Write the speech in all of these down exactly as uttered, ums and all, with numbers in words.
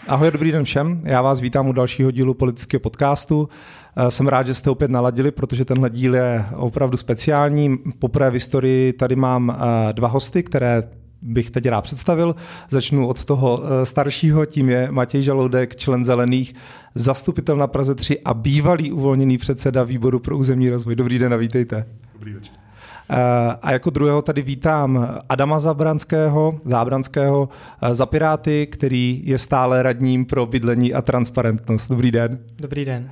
Ahoj, dobrý den všem. Já vás vítám u dalšího dílu politického podcastu. Jsem rád, že jste opět naladili, protože tenhle díl je opravdu speciální. Poprvé v historii tady mám dva hosty, které bych teď rád představil. Začnu od toho staršího, tím je Matěj Žaloudek, člen Zelených, zastupitel na Praze tři a bývalý uvolněný předseda výboru pro územní rozvoj. Dobrý den a vítejte. Dobrý večer. A jako druhého tady vítám Adama Zábranského, Zábranského za Piráty, který je stále radním pro bydlení a transparentnost. Dobrý den. Dobrý den.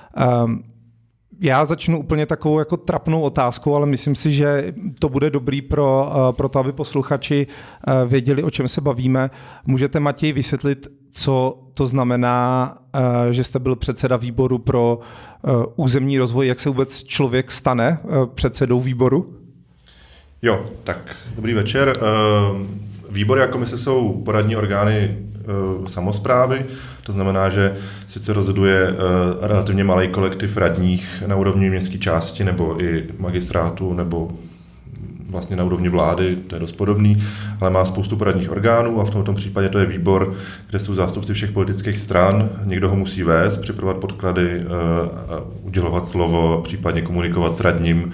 Já začnu úplně takovou jako trapnou otázkou, ale myslím si, že to bude dobrý pro, pro to, aby posluchači věděli, o čem se bavíme. Můžete, Matěj, vysvětlit, co to znamená, že jste byl předseda výboru pro územní rozvoj, jak se vůbec člověk stane předsedou výboru? Jo, tak dobrý večer. Výbory a komise jsou poradní orgány samosprávy, to znamená, že sice rozhoduje relativně malý kolektiv radních na úrovni městské části nebo i magistrátu nebo vlastně na úrovni vlády, to je dost podobný, ale má spoustu poradních orgánů a v tomto případě to je výbor, kde jsou zástupci všech politických stran, někdo ho musí vést, připravovat podklady, udělovat slovo, případně komunikovat s radním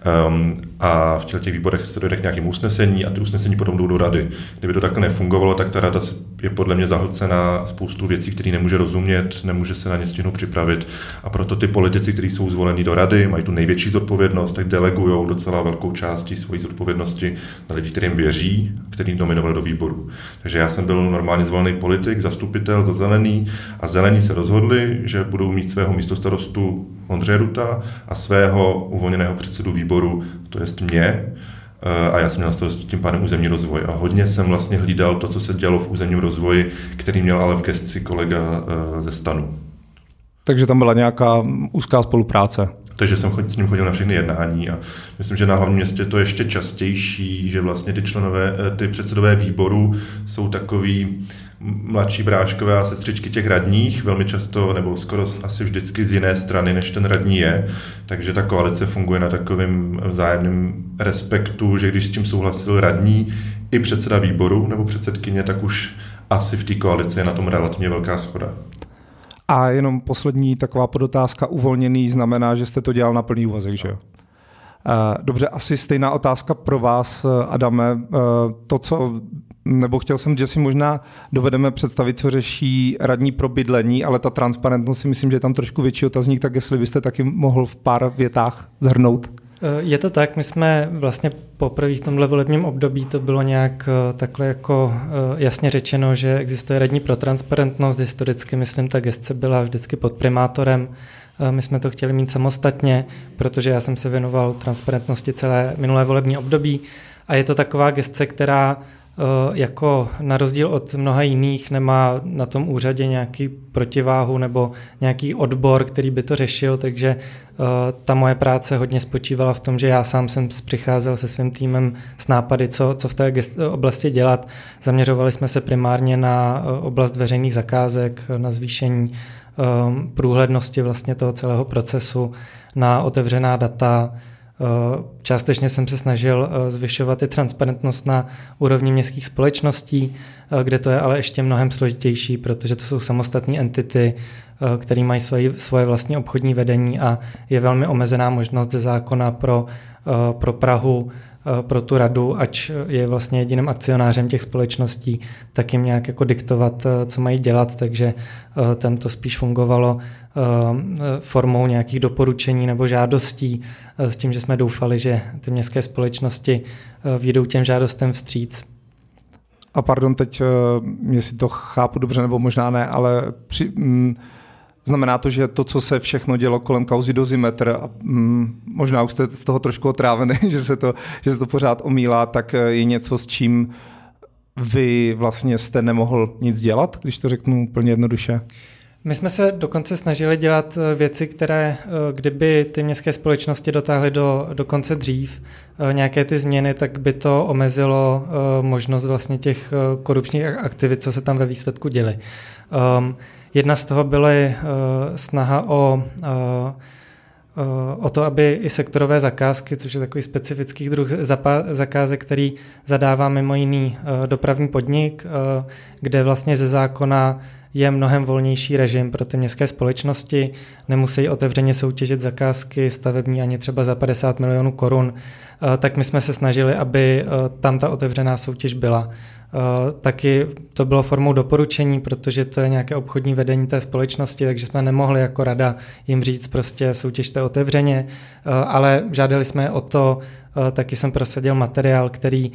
a v těch výborech se dojde k nějakým usnesení a ty usnesení potom jdou do rady. Kdyby to takhle nefungovalo, tak ta rada je podle mě zahlcená spoustu věcí, které nemůže rozumět, nemůže se na ně stihnout připravit a proto ty politici, kteří jsou zvolení do rady, mají tu největší zodpovědnost, tak delegují docela velkou částí svojí zodpovědnosti na lidi, kterým věří, který nominovali do výboru. Takže já jsem byl normálně zvolený politik, zastupitel za Zelený a Zelení se rozhodli, že budou mít svého místostarostu Ondřeje Ruta a svého uvolněného předsedu výboru, to jest mě, a já jsem měl na starosti tím pádem územní rozvoj. A hodně jsem vlastně hlídal to, co se dělo v územním rozvoji, který měl ale v gesci kolega ze STANu. Takže tam byla nějaká úzká spolupráce. Takže jsem s ním chodil na všechny jednání a myslím, že na hlavním městě to je ještě častější, že vlastně ty členové, ty předsedové výboru jsou takový mladší bráškové a sestřičky těch radních, velmi často nebo skoro asi vždycky z jiné strany, než ten radní je. Takže ta koalice funguje na takovém vzájemném respektu, že když s tím souhlasil radní i předseda výboru nebo předsedkyně, tak už asi v té koalici je na tom relativně velká shoda. A jenom poslední taková podotázka, uvolněný znamená, že jste to dělal na plný úvazek, že jo? Dobře, asi stejná otázka pro vás, Adame. To, co, nebo chtěl jsem, že si možná dovedeme představit, co řeší radní pro bydlení, ale ta transparentnost si myslím, že je tam trošku větší otazník, tak jestli byste taky mohl v pár větách shrnout. Je to tak, my jsme vlastně poprvé v tomhle volebním období to bylo nějak takhle jako jasně řečeno, že existuje radní pro transparentnost, historicky myslím ta gesce byla vždycky pod primátorem, my jsme to chtěli mít samostatně, protože já jsem se věnoval transparentnosti celé minulé volební období a je to taková gesce, která jako na rozdíl od mnoha jiných nemá na tom úřadě nějaký protiváhu nebo nějaký odbor, který by to řešil, takže ta moje práce hodně spočívala v tom, že já sám jsem přicházel se svým týmem s nápady, co, co v té oblasti dělat. Zaměřovali jsme se primárně na oblast veřejných zakázek, na zvýšení průhlednosti vlastně toho celého procesu, na otevřená data. Částečně jsem se snažil zvyšovat i transparentnost na úrovni městských společností, kde to je ale ještě mnohem složitější, protože to jsou samostatné entity, které mají svoje, svoje vlastní obchodní vedení a je velmi omezená možnost ze zákona pro, pro Prahu, pro tu radu, ač je vlastně jediným akcionářem těch společností, tak jim nějak jako diktovat, co mají dělat, takže tam to spíš fungovalo formou nějakých doporučení nebo žádostí s tím, že jsme doufali, že ty městské společnosti vyjdou těm žádostem vstříc. A pardon, teď, jestli to chápu dobře, nebo možná ne, ale při, mm, znamená to, že to, co se všechno dělo kolem kauzy Dozimetr, a mm, možná už jste z toho trošku otrávený, že se to, že se to pořád omílá, tak je něco, s čím vy vlastně jste nemohl nic dělat, když to řeknu úplně jednoduše? My jsme se dokonce snažili dělat věci, které, kdyby ty městské společnosti dotáhly do, do konce dřív nějaké ty změny, tak by to omezilo možnost vlastně těch korupčních aktivit, co se tam ve výsledku děly. Jedna z toho byly snaha o, o to, aby i sektorové zakázky, což je takový specifický druh zakázek, který zadává mimo jiný dopravní podnik, kde vlastně ze zákona je mnohem volnější režim pro ty městské společnosti, nemusí otevřeně soutěžit zakázky stavební ani třeba za padesát milionů korun, tak my jsme se snažili, aby tam ta otevřená soutěž byla. Taky to bylo formou doporučení, protože to je nějaké obchodní vedení té společnosti, takže jsme nemohli jako rada jim říct prostě soutěžte otevřeně, ale žádali jsme o to, taky jsem prosadil materiál, který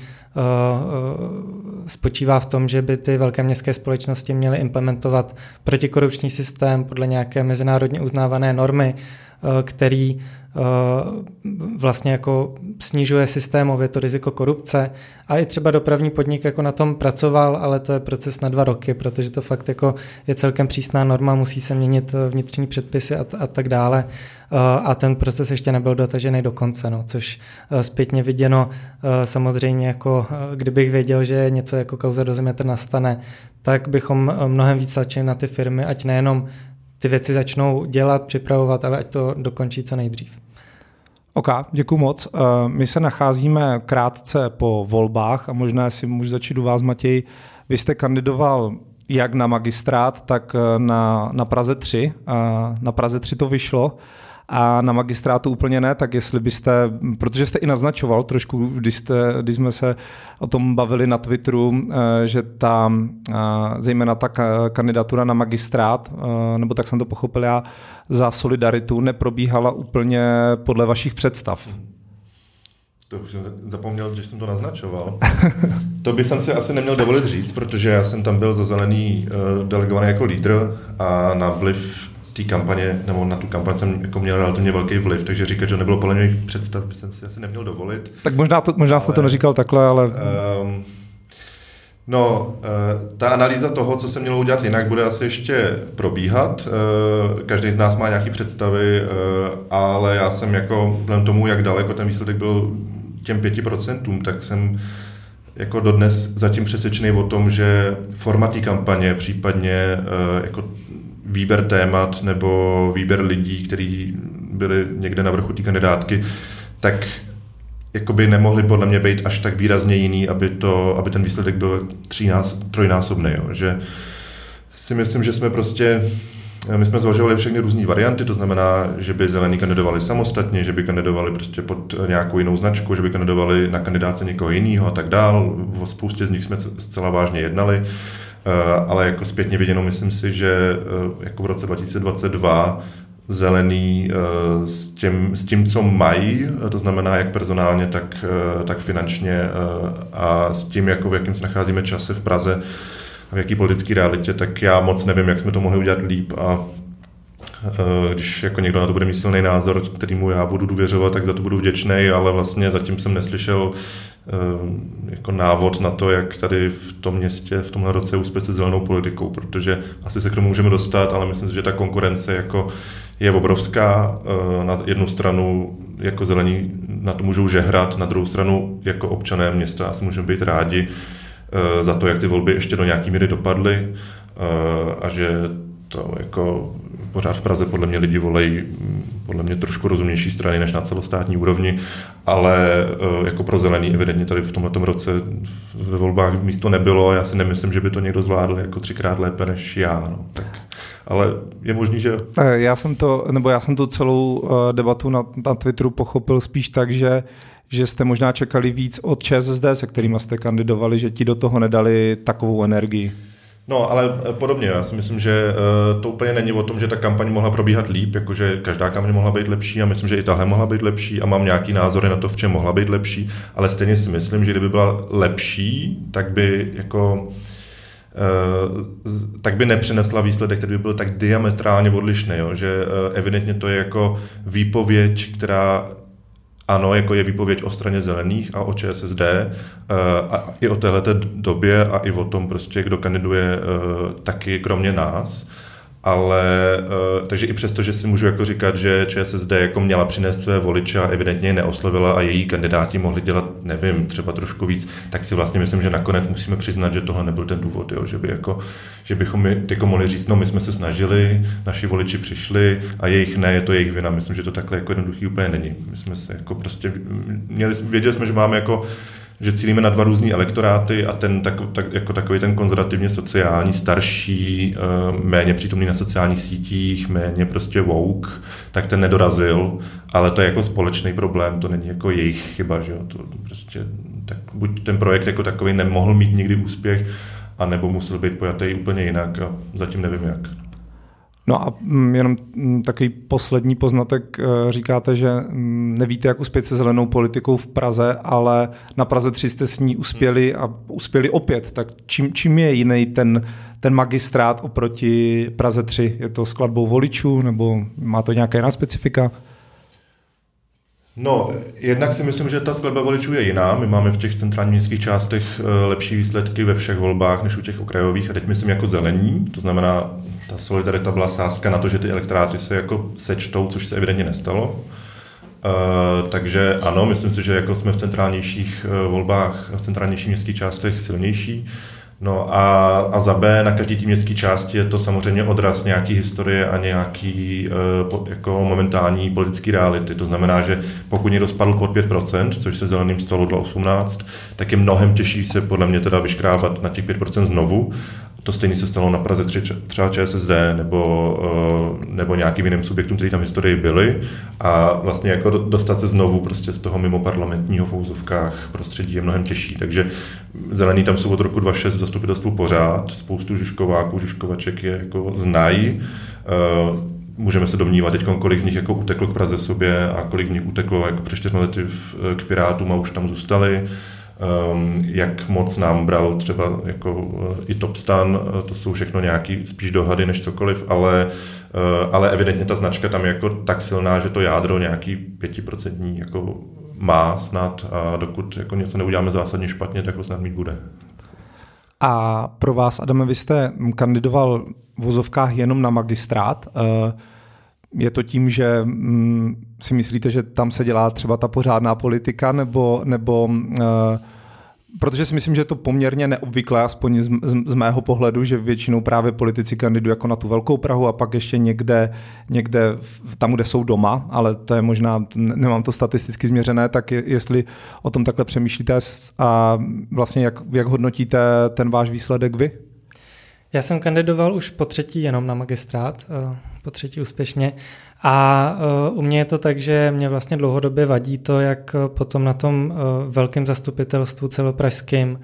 spočívá v tom, že by ty velké městské společnosti měly implementovat protikorupční systém podle nějaké mezinárodně uznávané normy, který vlastně jako snižuje systémově to riziko korupce a i třeba dopravní podnik jako na tom pracoval, ale to je proces na dva roky, protože to fakt jako je celkem přísná norma, musí se měnit vnitřní předpisy a, t- a tak dále a ten proces ještě nebyl dotažený do konce, no, což zpětně viděno samozřejmě jako kdybych věděl, že něco jako kauza Dozimetr nastane, tak bychom mnohem víc tlačili na ty firmy, ať nejenom ty věci začnou dělat, připravovat, ale ať to dokončí co nejdřív. OK, děkuji moc. My se nacházíme krátce po volbách a možná si můžu začít u vás, Matěj. Vy jste kandidoval jak na magistrát, tak na, na Praze tři. Na Praze tři to vyšlo a na magistrátu úplně ne, tak jestli byste, protože jste i naznačoval trošku, když, jste, když jsme se o tom bavili na Twitteru, že ta, zejména ta kandidatura na magistrát, nebo tak jsem to pochopil já, za Solidaritu neprobíhala úplně podle vašich představ. To už jsem zapomněl, že jsem to naznačoval. To bych jsem si asi neměl dovolit říct, protože já jsem tam byl za Zelený delegovaný jako lídr a na vliv té kampaně, nebo na tu kampaň jsem jako měl relativně velký vliv, takže říkat, že nebylo podle mých představ, by jsem si asi neměl dovolit. Tak možná, to, možná ale, jste to neříkal takhle, ale... Um, no, uh, ta analýza toho, co se mělo udělat jinak, bude asi ještě probíhat. Uh, každý z nás má nějaké představy, uh, ale já jsem jako, vzhledem tomu, jak daleko ten výsledek byl těm pěti procentům, tak jsem jako dodnes zatím přesvědčený o tom, že forma té kampaně, případně uh, jako výběr témat nebo výběr lidí, kteří byli někde na vrchu té kandidátky, tak jakoby nemohli podle mě být až tak výrazně jiný, aby, to, aby ten výsledek byl třinás, trojnásobný. Jo. Že si myslím, že jsme prostě, my jsme zvažovali všechny různé varianty, to znamená, že by Zelení kandidovali samostatně, že by kandidovali prostě pod nějakou jinou značku, že by kandidovali na kandidáce někoho jiného a tak dál. O spoustě z nich jsme zcela vážně jednali. Ale jako zpětně viděno, myslím si, že jako v roce dva tisíce dvacet dva Zelený s tím, s tím, co mají, to znamená jak personálně, tak, tak finančně a s tím, jako v jakém se nacházíme čase v Praze a v jaký politické realitě, tak já moc nevím, jak jsme to mohli udělat líp a když jako někdo na to bude mít silný názor, kterýmu já budu důvěřovat, tak za to budu vděčný, ale vlastně zatím jsem neslyšel jako návod na to, jak tady v tom městě v tomhle roce uspět se zelenou politikou, protože asi se k tomu můžeme dostat, ale myslím si, že ta konkurence jako je obrovská. Na jednu stranu jako Zelení na to můžou žehrat, na druhou stranu jako občané města asi můžeme být rádi za to, jak ty volby ještě do nějaký míry dopadly a že to jako pořád v Praze podle mě lidi volejí podle mě trošku rozumnější strany než na celostátní úrovni, ale jako pro Zelený evidentně tady v tomhletom roce ve volbách místo nebylo. Já si nemyslím, že by to někdo zvládl jako třikrát lépe než já. No. Tak, ale je možný, že... Já jsem to, nebo já jsem tu celou debatu na, na Twitteru pochopil spíš tak, že že jste možná čekali víc od ČSSD, se kterými jste kandidovali, že ti do toho nedali takovou energii. No, ale podobně. Já si myslím, že to úplně není o tom, že ta kampaň mohla probíhat líp, jakože každá kampaň mohla být lepší a myslím, že i tahle mohla být lepší a mám nějaký názory na to, v čem mohla být lepší, ale stejně si myslím, že kdyby byla lepší, tak by jako tak by nepřinesla výsledek, který by byl tak diametrálně odlišný, jo? Že evidentně to je jako výpověď, která ano, jako je výpověď o straně Zelených a o ČSSD a i o téhleté době a i o tom prostě, kdo kandiduje taky kromě nás. Ale takže i přesto, že si můžu jako říkat, že ČSSD jako měla přinést své voliče a evidentně je neoslovila a její kandidáti mohli dělat, nevím, třeba trošku víc, tak si vlastně myslím, že nakonec musíme přiznat, že tohle nebyl ten důvod, jo? Že, by jako, že bychom my tyko mohli říct, no my jsme se snažili, naši voliči přišli a jejich ne, je to jejich vina. Myslím, že to takhle jako jednoduchý úplně není. My jsme se jako prostě měli, věděli jsme, že máme jako že cílíme na dva různý elektoráty a ten tak, tak, jako takový ten konzervativně sociální, starší, méně přítomný na sociálních sítích, méně prostě woke, tak ten nedorazil, ale to je jako společný problém, to není jako jejich chyba, že jo, to prostě, tak buď ten projekt jako takový nemohl mít nikdy úspěch, anebo musel být pojatý úplně jinak a zatím nevím jak. No a jenom takový poslední poznatek, říkáte, že nevíte, jak uspět se zelenou politikou v Praze, ale na Praze tři jste s ní uspěli a uspěli opět. Tak čím, čím je jiný ten, ten magistrát oproti Praze tři? Je to skladbou voličů nebo má to nějaká jiná specifika? No, jednak si myslím, že ta skladba voličů je jiná. My máme v těch centrálních městských částech lepší výsledky ve všech volbách než u těch okrajových. A teď myslím jako zelení, to znamená, ta solidarita byla sázka na to, že ty elektráty se jako sečtou, což se evidentně nestalo. Uh, takže ano, myslím si, že jako jsme v centrálnějších uh, volbách, v centrálnějších městských částech silnější. No a, a za B, na každý té městské části je to samozřejmě odraz nějaký historie a nějaký uh, po, jako momentální politický reality. To znamená, že pokud někdo spadl pod pět procent, což se zeleným stalo dva tisíce osmnáct, tak je mnohem těžší se podle mě teda vyškrábat na těch pět procent znovu. To stejně se stalo na Praze tři, třeba ČSSD nebo, uh, nebo nějakým jiným subjektům, kteří tam v historii byli a vlastně jako dostat se znovu prostě z toho mimo parlamentního v úzovkách prostředí je mnohem těžší. Takže zelení tam jsou od roku dva tisíce šest v zastupitelstvu pořád, spoustu Žižkováků, Žižkovaček je jako znají. Uh, můžeme se domnívat teď, kolik z nich jako uteklo k Praze sobě a kolik z nich uteklo jako před čtyřmi lety k Pirátům a už tam zůstali. Um, jak moc nám bral třeba jako uh, i Topstan, uh, to jsou všechno nějaký spíš dohady než cokoliv, ale, uh, ale evidentně ta značka tam je jako tak silná, že to jádro nějaký pětiprocentní jako má snad a dokud jako něco neuděláme zásadně špatně, tak ho snad mít bude. A pro vás, Adame, vy jste kandidoval v vozovkách jenom na magistrát. Je to tím, že si myslíte, že tam se dělá třeba ta pořádná politika, nebo, nebo protože si myslím, že je to poměrně neobvyklé, aspoň z, z, z mého pohledu, že většinou právě politici kandidují jako na tu velkou Prahu a pak ještě někde, někde tam, kde jsou doma, ale to je možná, nemám to statisticky změřené, tak je, jestli o tom takhle přemýšlíte a vlastně jak, jak hodnotíte ten váš výsledek vy? Já jsem kandidoval už po třetí jenom na magistrát, po třetí úspěšně a u mě je to tak, že mě vlastně dlouhodobě vadí to, jak potom na tom velkém zastupitelstvu celopražským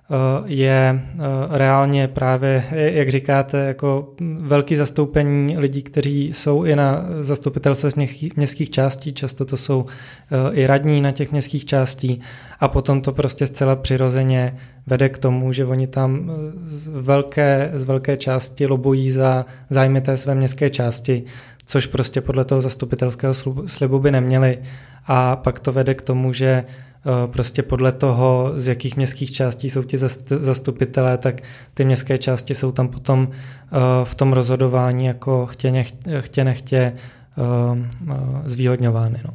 je reálně právě, jak říkáte, jako velké zastoupení lidí, kteří jsou i na zastupitelstvech městských částí, často to jsou i radní na těch městských částí a potom to prostě zcela přirozeně vede k tomu, že oni tam z velké, z velké části lobují za zájmy té své městské části, což prostě podle toho zastupitelského slibu by neměli a pak to vede k tomu, že prostě podle toho, z jakých městských částí jsou ti zastupitelé, tak ty městské části jsou tam potom v tom rozhodování jako chtě nechtě, chtě nechtě zvýhodňovány. No.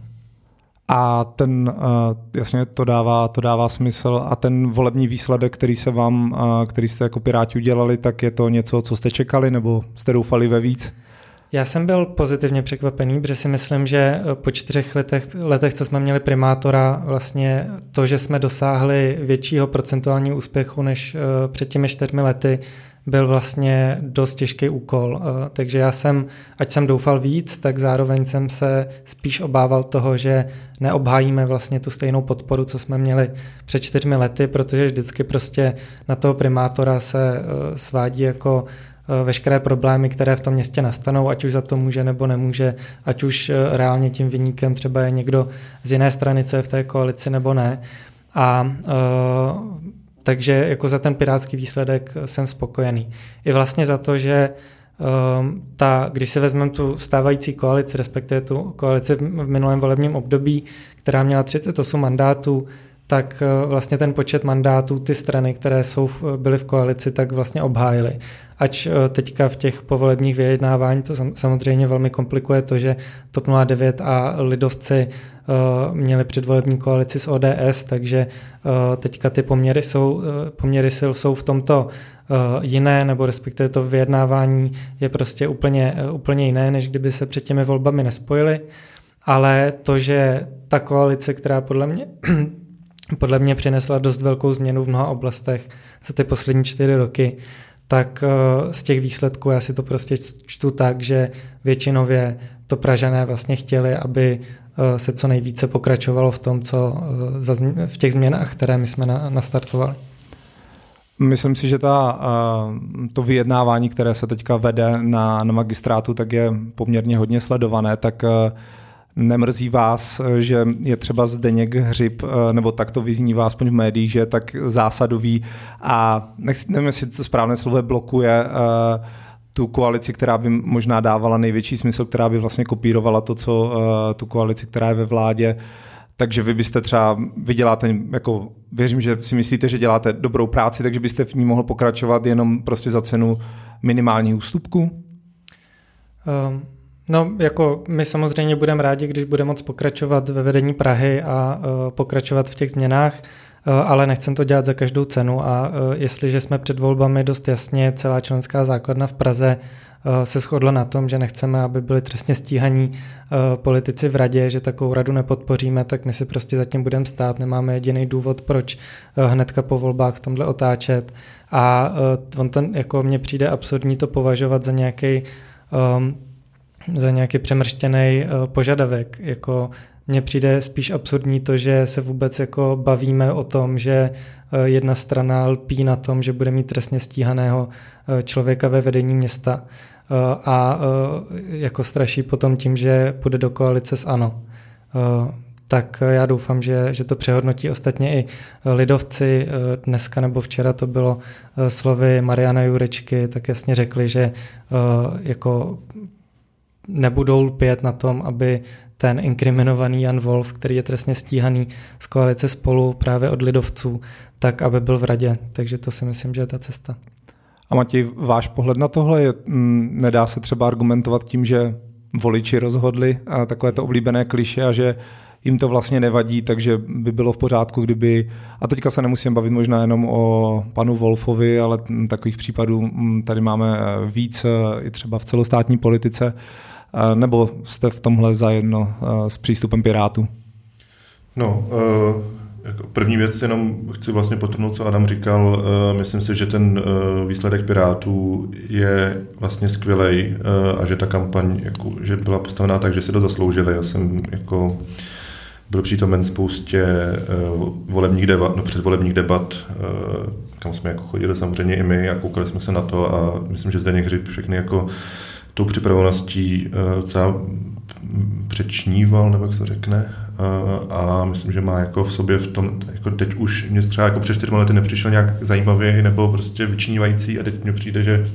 A ten, jasně to dává, to dává smysl a ten volební výsledek, který se vám, který jste jako Piráti udělali, tak je to něco, co jste čekali nebo jste doufali ve víc? Já jsem byl pozitivně překvapený, protože si myslím, že po čtyřech letech, letech, co jsme měli primátora, vlastně to, že jsme dosáhli většího procentuálního úspěchu než před těmi čtyřmi lety, byl vlastně dost těžký úkol. Takže já jsem, ať jsem doufal víc, tak zároveň jsem se spíš obával toho, že neobhájíme vlastně tu stejnou podporu, co jsme měli před čtyřmi lety, protože vždycky prostě na toho primátora se svádí jako veškeré problémy, které v tom městě nastanou, ať už za to může nebo nemůže, ať už reálně tím viníkem třeba je někdo z jiné strany, co je v té koalici nebo ne. A uh, takže jako za ten pirátský výsledek jsem spokojený. I vlastně za to, že um, ta, když si vezmeme tu stávající koalici, respektive tu koalici v, v minulém volebním období, která měla třicet osm mandátů, tak vlastně ten počet mandátů ty strany, které jsou, byly v koalici, tak vlastně obhájily. Ač teďka v těch povolebních vyjednávání to samozřejmě velmi komplikuje to, že TOP nula devět a lidovci uh, měli předvolební koalici s O D S, takže uh, teďka ty poměry, jsou, uh, poměry sil jsou v tomto uh, jiné, nebo respektive to vyjednávání je prostě úplně, uh, úplně jiné, než kdyby se před těmi volbami nespojili. Ale to, že ta koalice, která podle mě podle mě přinesla dost velkou změnu v mnoha oblastech za ty poslední čtyři roky, tak z těch výsledků já si to prostě čtu tak, že většinově to Pražané vlastně chtěli, aby se co nejvíce pokračovalo v tom, co v těch změnách, které my jsme nastartovali. Myslím si, že ta, to vyjednávání, které se teďka vede na, na magistrátu, tak je poměrně hodně sledované, tak nemrzí vás, že je třeba Zdeněk Hřib, nebo tak to vyznívá aspoň v médiích, že je tak zásadový a nechci, nevím, jestli to správné slovo blokuje tu koalici, která by možná dávala největší smysl, která by vlastně kopírovala to, co tu koalici, která je ve vládě. Takže vy byste třeba, vy děláte, jako věřím, že si myslíte, že děláte dobrou práci, takže byste v ní mohl pokračovat jenom prostě za cenu minimální ústupku? Um. No, jako my samozřejmě budeme rádi, když budeme moc pokračovat ve vedení Prahy a uh, pokračovat v těch změnách, uh, ale nechcem to dělat za každou cenu a uh, jestliže jsme před volbami dost jasně, celá členská základna v Praze uh, se shodla na tom, že nechceme, aby byli trestně stíhaní uh, politici v radě, že takovou radu nepodpoříme, tak my si prostě zatím budeme stát, nemáme jediný důvod, proč uh, hnedka po volbách v tomhle otáčet a uh, on ten, jako mně přijde absurdní to považovat za nějaký um, za nějaký přemrštěný uh, požadavek. Jako mně přijde spíš absurdní to, že se vůbec jako bavíme o tom, že uh, jedna strana lpí na tom, že bude mít trestně stíhaného uh, člověka ve vedení města uh, a uh, jako straší potom tím, že půjde do koalice s ANO. Uh, tak já doufám, že, že to přehodnotí ostatně i lidovci. Dneska nebo včera to bylo slovy Mariana Jurečky, tak jasně řekli, že uh, jako nebudou lpět na tom, aby ten inkriminovaný Jan Wolf, který je trestně stíhaný z koalice Spolu právě od lidovců, tak aby byl v radě. Takže to si myslím, že je ta cesta. A Matěj, váš pohled na tohle je, m, nedá se třeba argumentovat tím, že voliči rozhodli a takové to oblíbené klišé a že jim to vlastně nevadí, takže by bylo v pořádku, kdyby, a teďka se nemusím bavit možná jenom o panu Wolfovi, ale takových případů tady máme víc i třeba v celostátní politice, nebo jste v tomhle zajedno s přístupem Pirátů? No, uh, jako první věc jenom chci vlastně podtrhnout, co Adam říkal. Uh, myslím si, že ten uh, výsledek Pirátů je vlastně skvělej uh, a že ta kampaň jako, že byla postavená tak, že si to zasloužili. Já jsem jako byl přítomen spoustě uh, volebních debat, no předvolebních debat, uh, kam jsme jako chodili samozřejmě i my a koukali jsme se na to a myslím, že Zdeněk Hřib všechny jako tou připravovaností uh, celá přečníval, nebo jak se řekne, uh, a myslím, že má jako v sobě v tom, jako teď už mě třeba jako před čtyřmi lety nepřišel nějak zajímavý nebo prostě vyčnívající a teď mně přijde, že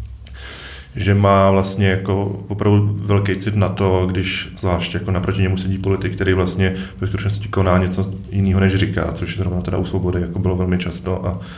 že má vlastně jako opravdu velký cit na to, když zvlášť jako naproti němu sedí politik, který vlastně ve skutečnosti koná něco jiného, než říká, což zrovna teda u Svobody jako bylo velmi často a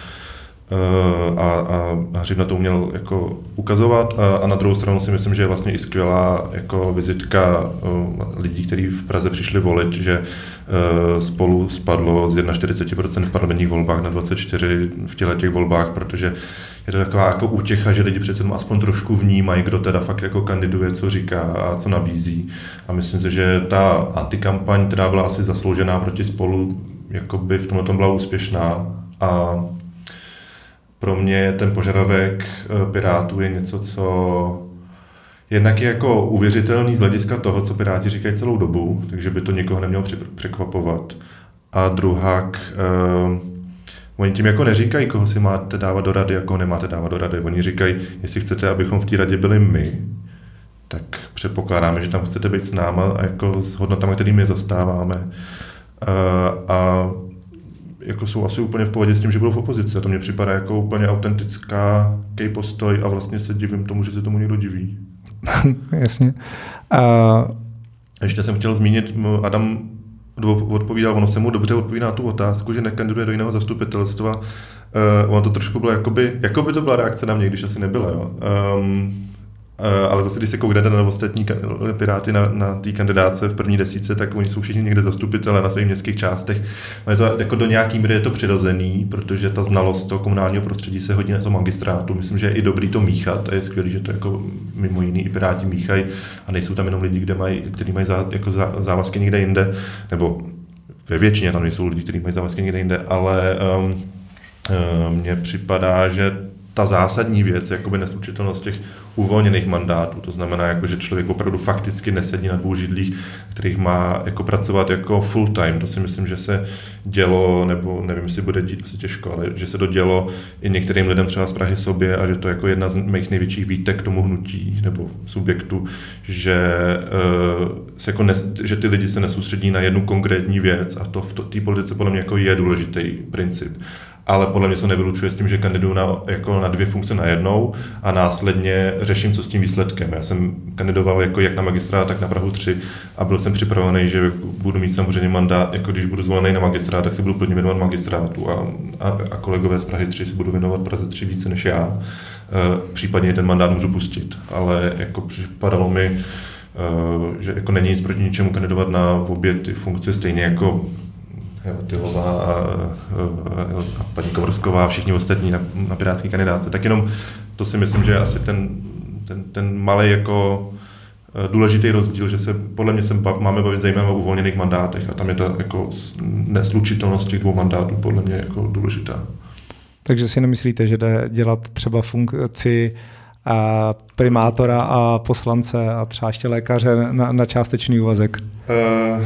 a, a, a Hřib na to uměl jako ukazovat a, a na druhou stranu si myslím, že je vlastně i skvělá jako vizitka uh, lidí, kteří v Praze přišli volit, že uh, Spolu spadlo z čtyřicet jedna procent v parlamentních volbách na dvacet čtyři procent v těle těch volbách, protože je to taková jako útěcha, že lidi přece aspoň trošku vnímají, kdo teda fakt jako kandiduje, co říká a co nabízí. A myslím si, že ta antikampaň, která byla asi zasloužená proti Spolu, jakoby v tomhle tom byla úspěšná a pro mě ten požadavek Pirátů je něco, co jednak je jako uvěřitelný z hlediska toho, co Piráti říkají celou dobu, takže by to někoho nemělo překvapovat. A druhák, eh, oni tím jako neříkají, koho si máte dávat do rady a koho nemáte dávat do rady. Oni říkají, jestli chcete, abychom v té radě byli my, tak předpokládáme, že tam chcete být s náma a jako s hodnotami, kterými zastáváme. Eh, a jako jsou asi úplně v pohodě s tím, že budou v opozici. A to mně připadá jako úplně autentická kej postoj a vlastně se divím tomu, že se tomu někdo diví. Jasně. Uh... Ještě jsem chtěl zmínit, Adam odpovídal, ono se mu dobře odpovídá na tu otázku, že nekandiduje do jiného zastupitelstva. Uh, ono to trošku bylo, jakoby, jakoby to byla reakce na mě, když asi nebyla. Jo. Um, ale zase, když se kouknete na ostatní Piráty na, na té kandidáce v první desíce, tak oni jsou všichni někde zastupitelé na svých městských částech. Je to, jako do nějaký míry je to přirozený, protože ta znalost toho komunálního prostředí se hodí na to magistrátu. Myslím, že je i dobrý to míchat a je skvělý, že to jako mimo jiný i Piráti míchají a nejsou tam jenom lidi, kde mají, kteří mají zá, jako zá, závazky někde jinde, nebo ve většině tam nejsou lidi, kteří mají závazky někde jinde, ale um, um, mně připadá, že ta zásadní věc, jakoby neslučitelnost těch uvolněných mandátů, to znamená, jako, že člověk opravdu fakticky nesedí na dvou židlích, kterých má jako pracovat jako full time. To si myslím, že se dělo, nebo nevím, jestli bude dít asi těžko, ale že se to dělo i některým lidem třeba z Prahy sobě a že to je jako jedna z mých největších výtek tomu hnutí nebo subjektu, že, uh, se jako ne, že ty lidi se nesoustředí na jednu konkrétní věc a to v té politice podle mě jako je důležitý princip. Ale podle mě se nevylučuje s tím, že kandiduju na, jako na dvě funkce najednou a následně řeším, co s tím výsledkem. Já jsem kandidoval jako jak na magistrát, tak na Prahu tři a byl jsem připravený, že budu mít samozřejmě mandát, jako když budu zvolený na magistrát, tak se budu plně věnovat magistrátu a, a, a kolegové z Prahy tři se budou věnovat Praze tři více než já. E, případně ten mandát můžu pustit, ale jako připadalo mi, e, že jako není nic proti ničemu kandidovat na obě ty funkce, stejně jako Tylová a, a paní Komorsková a všichni ostatní na, na pirátský kandidáce. Tak jenom to si myslím, že je asi ten, ten, ten malý jako důležitý rozdíl, že se podle mě se bav, máme bavit zejména o uvolněných mandátech a tam je ta jako neslučitelnost těch dvou mandátů podle mě jako důležitá. Takže si nemyslíte, že jde dělat třeba funkci a primátora a poslance a třeba ještě lékaře na, na částečný úvazek? Uh...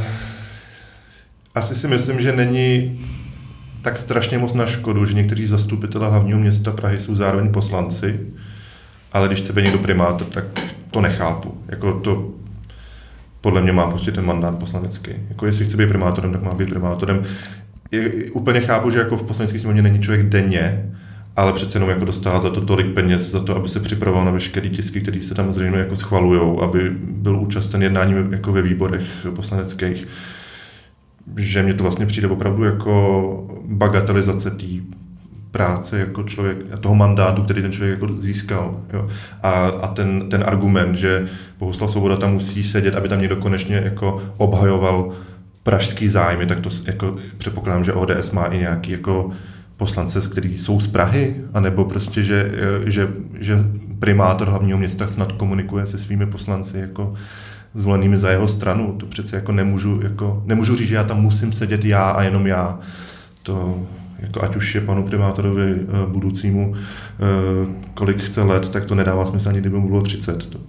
Asi si myslím, že není tak strašně moc na škodu, že někteří zastupitelé hlavního města Prahy jsou zároveň poslanci, ale když chce být někdo primátor, tak to nechápu. Jako to podle mě má prostě ten mandát poslanecký. Jako jestli chce být primátorem, tak má být primátorem. Je, úplně chápu, že jako v poslanecké sněmovně není člověk denně, ale přece jenom jako dostává za to tolik peněz, za to, aby se připravoval na veškeré tisky, které se tam zřejmě jako schvalujou, aby byl účasten jednání jako ve výborech poslaneckých. Že mě to vlastně přijde opravdu jako bagatelizace té práce jako člověk, toho mandátu, který ten člověk jako získal. Jo. A, a ten, ten argument, že Bohuslav Svoboda tam musí sedět, aby tam někdo konečně jako obhajoval pražský zájmy, tak to jako předpokládám, že O D S má i nějaký jako poslance, kteří jsou z Prahy, anebo prostě, že, že, že primátor hlavního města snad komunikuje se svými poslanci jako zvolenými za jeho stranu. To přece jako nemůžu, jako, nemůžu říct, že já tam musím sedět já a jenom já. To, jako ať už je panu primátorovi budoucímu kolik chce let, tak to nedává smysl, ani kdyby mu bylo třicet. To.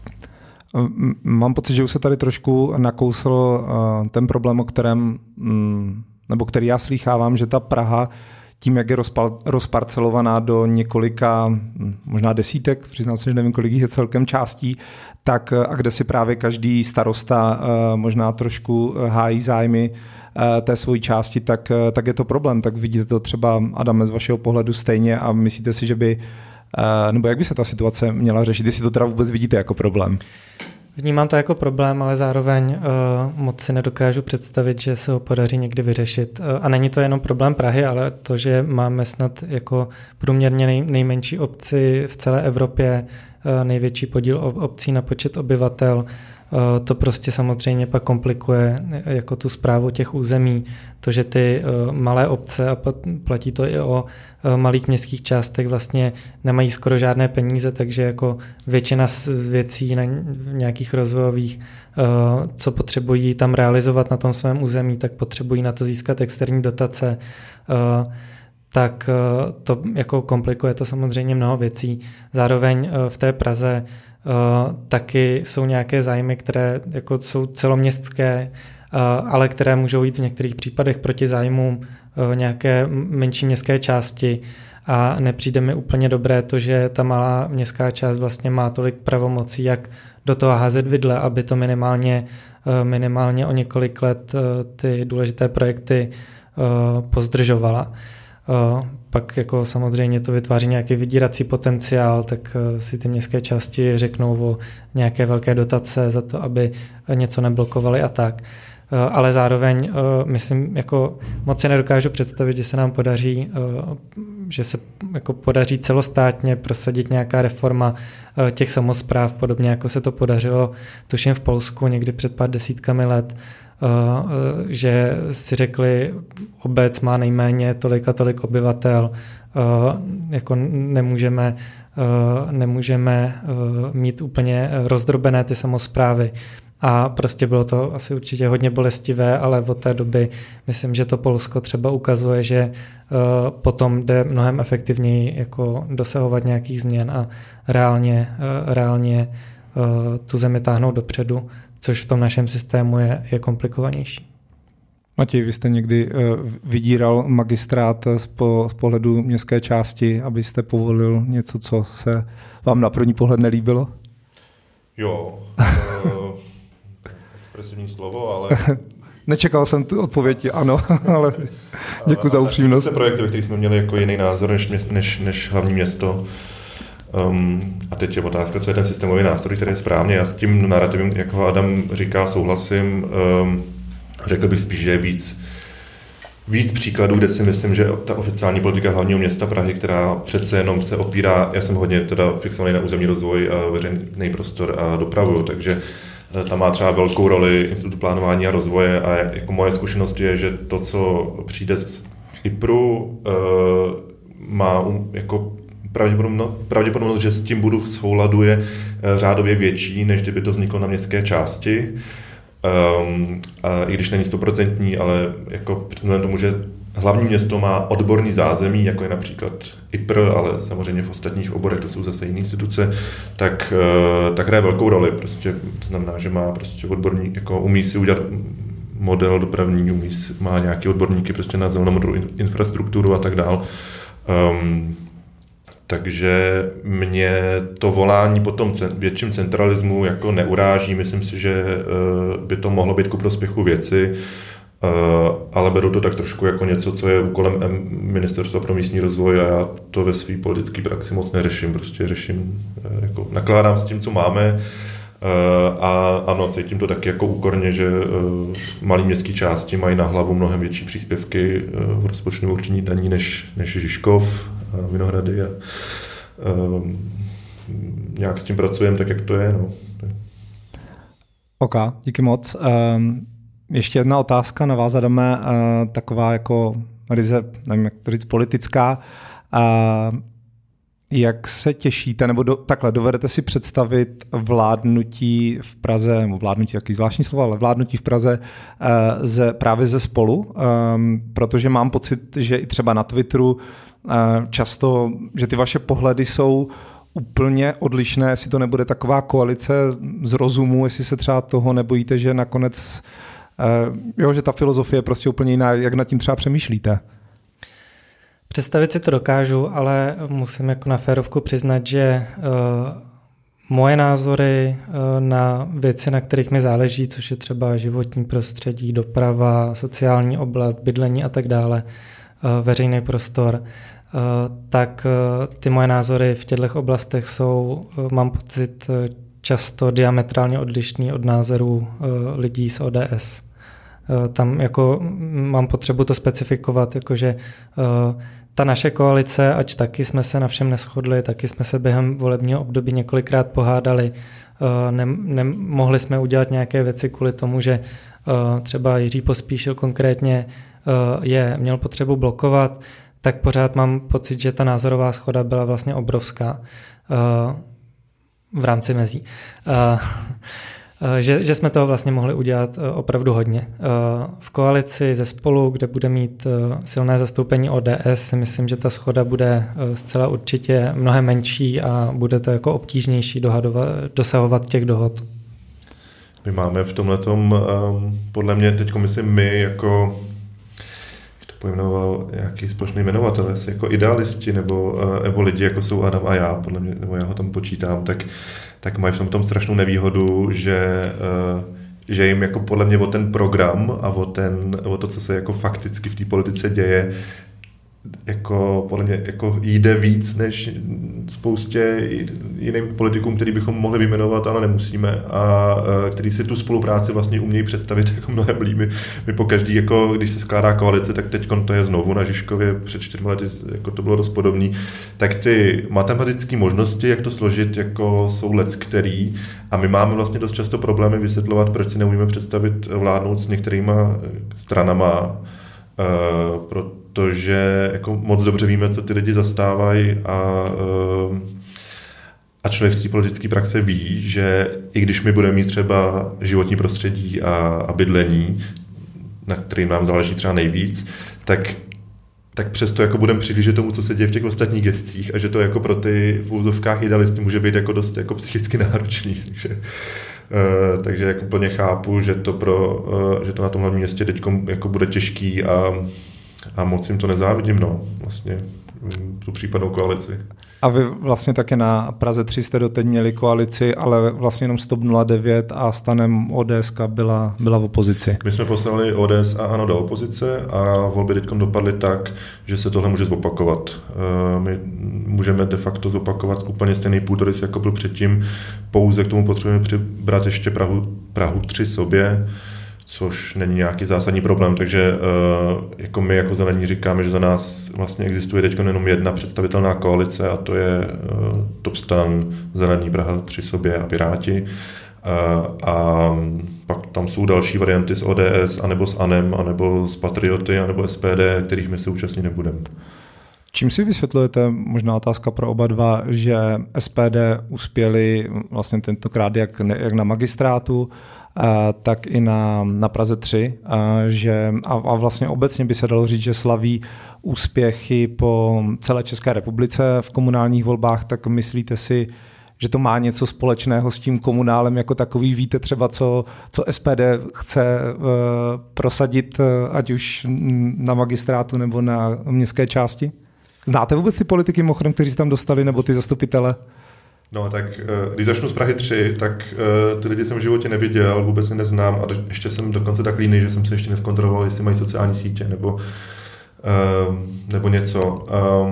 Mám pocit, že už se tady trošku nakousl ten problém, o kterém, nebo který já slýchávám, že ta Praha tím, jak je rozpal, rozparcelovaná do několika, možná desítek, přiznám se, že nevím, kolik jich je celkem částí, tak a kde si právě každý starosta možná trošku hájí zájmy té svojí části, tak, tak je to problém. Tak vidíte to třeba, Adame, z vašeho pohledu stejně a myslíte si, že by, nebo jak by se ta situace měla řešit, jestli to teda vůbec vidíte jako problém? Vnímám to jako problém, ale zároveň uh, moc si nedokážu představit, že se ho podaří někdy vyřešit. Uh, a není to jenom problém Prahy, ale to, že máme snad jako průměrně nej, nejmenší obci v celé Evropě, uh, největší podíl obcí na počet obyvatel, uh, to prostě samozřejmě pak komplikuje jako tu správu těch území. To, že ty uh, malé obce, a platí to i o uh, malých městských částech, vlastně nemají skoro žádné peníze, takže jako většina z věcí na nějakých rozvojových, uh, co potřebují tam realizovat na tom svém území, tak potřebují na to získat externí dotace, uh, tak uh, to jako komplikuje to samozřejmě mnoho věcí. Zároveň uh, v té Praze uh, taky jsou nějaké zájmy, které jako jsou celoměstské, ale které můžou jít v některých případech proti zájmům nějaké menší městské části a nepřijde mi úplně dobré to, že ta malá městská část vlastně má tolik pravomocí, jak do toho házet vidle, aby to minimálně, minimálně o několik let ty důležité projekty pozdržovala. Pak jako samozřejmě to vytváří nějaký vydírací potenciál, tak si ty městské části řeknou o nějaké velké dotace za to, aby něco neblokovali a tak. Ale zároveň myslím, jako moc si nedokážu představit, že se nám podaří, že se jako podaří celostátně prosadit nějaká reforma těch samospráv, podobně jako se to podařilo tuším v Polsku někdy před pár desítkami let, že si řekli, obec má nejméně tolik a tolik obyvatel, jako nemůžeme, nemůžeme mít úplně rozdrobené ty samosprávy. A prostě bylo to asi určitě hodně bolestivé, ale od té doby myslím, že to Polsko třeba ukazuje, že uh, potom jde mnohem efektivněji jako dosahovat nějakých změn a reálně, uh, reálně uh, tu zemi táhnout dopředu, což v tom našem systému je, je komplikovanější. Matěj, vy jste někdy uh, vydíral magistrát z, po, z pohledu městské části, abyste povolil něco, co se vám na první pohled nelíbilo? Jo, uh, expresivní slovo, ale... Nečekal jsem tu odpověď, ano, ale děkuji za upřímnost. To projekty, ve kterých jsme měli jako jiný názor než, než, než hlavní město. Um, a teď je otázka, co je ten systémový nástroj, který je správně. Já s tím narrativem, jak ho Adam říká, souhlasím. Um, řekl bych spíš, že je víc, víc příkladů, kde si myslím, že ta oficiální politika hlavního města Prahy, která přece jenom se opírá, já jsem hodně teda fixovaný na územní rozvoj a veřejný prostor a dopravu, takže tam má třeba velkou roli Institut plánování a rozvoje a jako moje zkušenost je, že to, co přijde z IPRu, má jako pravděpodobnost, pravděpodobnost, že s tím budu v souladu je řádově větší, než kdyby to vzniklo na městské části. Um, a i když není stoprocentní, ale jako vzhledem tomu, že hlavní město má odborný zázemí, jako je například IPR, ale samozřejmě v ostatních oborech to jsou zase jiné instituce, tak, tak hraje velkou roli. Prostě to znamená, že má prostě odborní, jako umí si udělat model dopravní, umí si, má nějaké odborníky prostě na zelenou infrastrukturu a tak dál. Um, takže mě to volání po tom větším centralismu jako neuráží. Myslím si, že by to mohlo být ku prospěchu věci, ale beru to tak trošku jako něco, co je úkolem Ministerstva pro místní rozvoj a já to ve své politické praxi moc neřeším. Prostě řeším, jako nakládám s tím, co máme a ano, cítím to taky jako úkorně, že malé městské části mají na hlavu mnohem větší příspěvky v rozpočtovém určení daní než, než Žižkov, Vinohrady a um, nějak s tím pracujeme tak, jak to je. No. OK, díky moc. Um, ještě jedna otázka na vás, Adame, uh, taková jako ryze, nevím, jak to říct, politická. Uh, jak se těšíte, nebo do, takhle, dovedete si představit vládnutí v Praze, nebo vládnutí, jaký zvláštní slovo, ale vládnutí v Praze uh, ze, právě ze Spolu, um, protože mám pocit, že i třeba na Twitteru často, že ty vaše pohledy jsou úplně odlišné, jestli to nebude taková koalice z rozumu, jestli se třeba toho nebojíte, že nakonec, jo, že ta filozofie je prostě úplně jiná, jak nad tím třeba přemýšlíte? Představit si to dokážu, ale musím jako na férovku přiznat, že uh, moje názory uh, na věci, na kterých mi záleží, což je třeba životní prostředí, doprava, sociální oblast, bydlení a tak dále, veřejný prostor, tak ty moje názory v těchto oblastech jsou, mám pocit, často diametrálně odlišný od názorů lidí z O D S. Tam jako mám potřebu to specifikovat, jakože ta naše koalice, ač taky jsme se na všem neshodli, taky jsme se během volebního období několikrát pohádali, nemohli jsme udělat nějaké věci kvůli tomu, že třeba Jiří Pospíšil konkrétně je, měl potřebu blokovat, tak pořád mám pocit, že ta názorová shoda byla vlastně obrovská v rámci mezí. Že, že jsme toho vlastně mohli udělat opravdu hodně. V koalici ze Spolu, kde bude mít silné zastoupení O D S, si myslím, že ta shoda bude zcela určitě mnohem menší a bude to jako obtížnější dohadovat, dosahovat těch dohod. My máme v tomhletom, podle mě teď myslím my jako pojmenoval nějaký společný jmenovatel, jestli jako idealisti nebo, nebo lidi, jako jsou Adam a já, podle mě, nebo já ho tam počítám, tak, tak mají v tom, tom strašnou nevýhodu, že, že jim jako podle mě o ten program a o, ten, o to, co se jako fakticky v té politice děje, jako podle mě jako jde víc než spoustě jiným politikům, který bychom mohli vyjmenovat, ale nemusíme a který si tu spolupráci vlastně umějí představit jako mnohem líp. My po každý, jako když se skládá koalice, tak teď to je znovu na Žižkově, před čtyřmi lety jako to bylo dost podobný, tak ty matematické možnosti, jak to složit, jako jsou leckterý a my máme vlastně dost často problémy vysvětlovat, proč si neumíme představit vládnout s některýma stranama, proto protože jako moc dobře víme, co ty lidi zastávají a, A člověk z té politické praxe ví, že i když my budeme mít třeba životní prostředí a, a bydlení, na kterým nám záleží třeba nejvíc, tak, tak přesto jako budeme přihlížet tomu, co se děje v těch ostatních gescích a že to jako pro ty v úzovkách idealisty může být jako dost jako psychicky náročný. Takže, uh, takže jako plně chápu, že to, pro, uh, že to na tom hlavním městě teď jako bude těžký a, a moc jim to nezávidím, no, vlastně tu případnou koalici. A vy vlastně také na Praze tři jste doteď měli koalici, ale vlastně jenom stop nula devět a stanem O D S byla, byla v opozici. My jsme poslali O D S a ANO do opozice a volby teď dopadly tak, že se tohle může zopakovat. My můžeme de facto zopakovat úplně stejný půdorys, jako byl předtím, pouze k tomu potřebujeme přibrat ještě Prahu, Prahu tři sobě, což není nějaký zásadní problém, takže jako my jako zelení říkáme, že za nás vlastně existuje teď jenom jedna představitelná koalice a to je Topstan, Zelený, Praha tři sobě a Piráti. A pak tam jsou další varianty s O D S, anebo s ANem, anebo s Patrioty, anebo S P D, kterých my se účastnit nebudeme. Čím si vysvětlujete, možná otázka pro oba dva, že S P D uspěli vlastně tentokrát jak, jak na magistrátu, a tak i na, na Praze tři, a, že, a, a vlastně obecně by se dalo říct, že slaví úspěchy po celé České republice v komunálních volbách, tak myslíte si, že to má něco společného s tím komunálem jako takový? Víte třeba, co, co S P D chce uh, prosadit, uh, ať už na magistrátu nebo na městské části? Znáte vůbec ty politiky, mimochodem, kteří se tam dostali, nebo ty zastupitele? No tak když začnu z Prahy tři, tak ty lidi jsem v životě neviděl, vůbec se neznám a ještě jsem dokonce tak líný, že jsem se ještě neskontroloval, jestli mají sociální sítě nebo, nebo něco.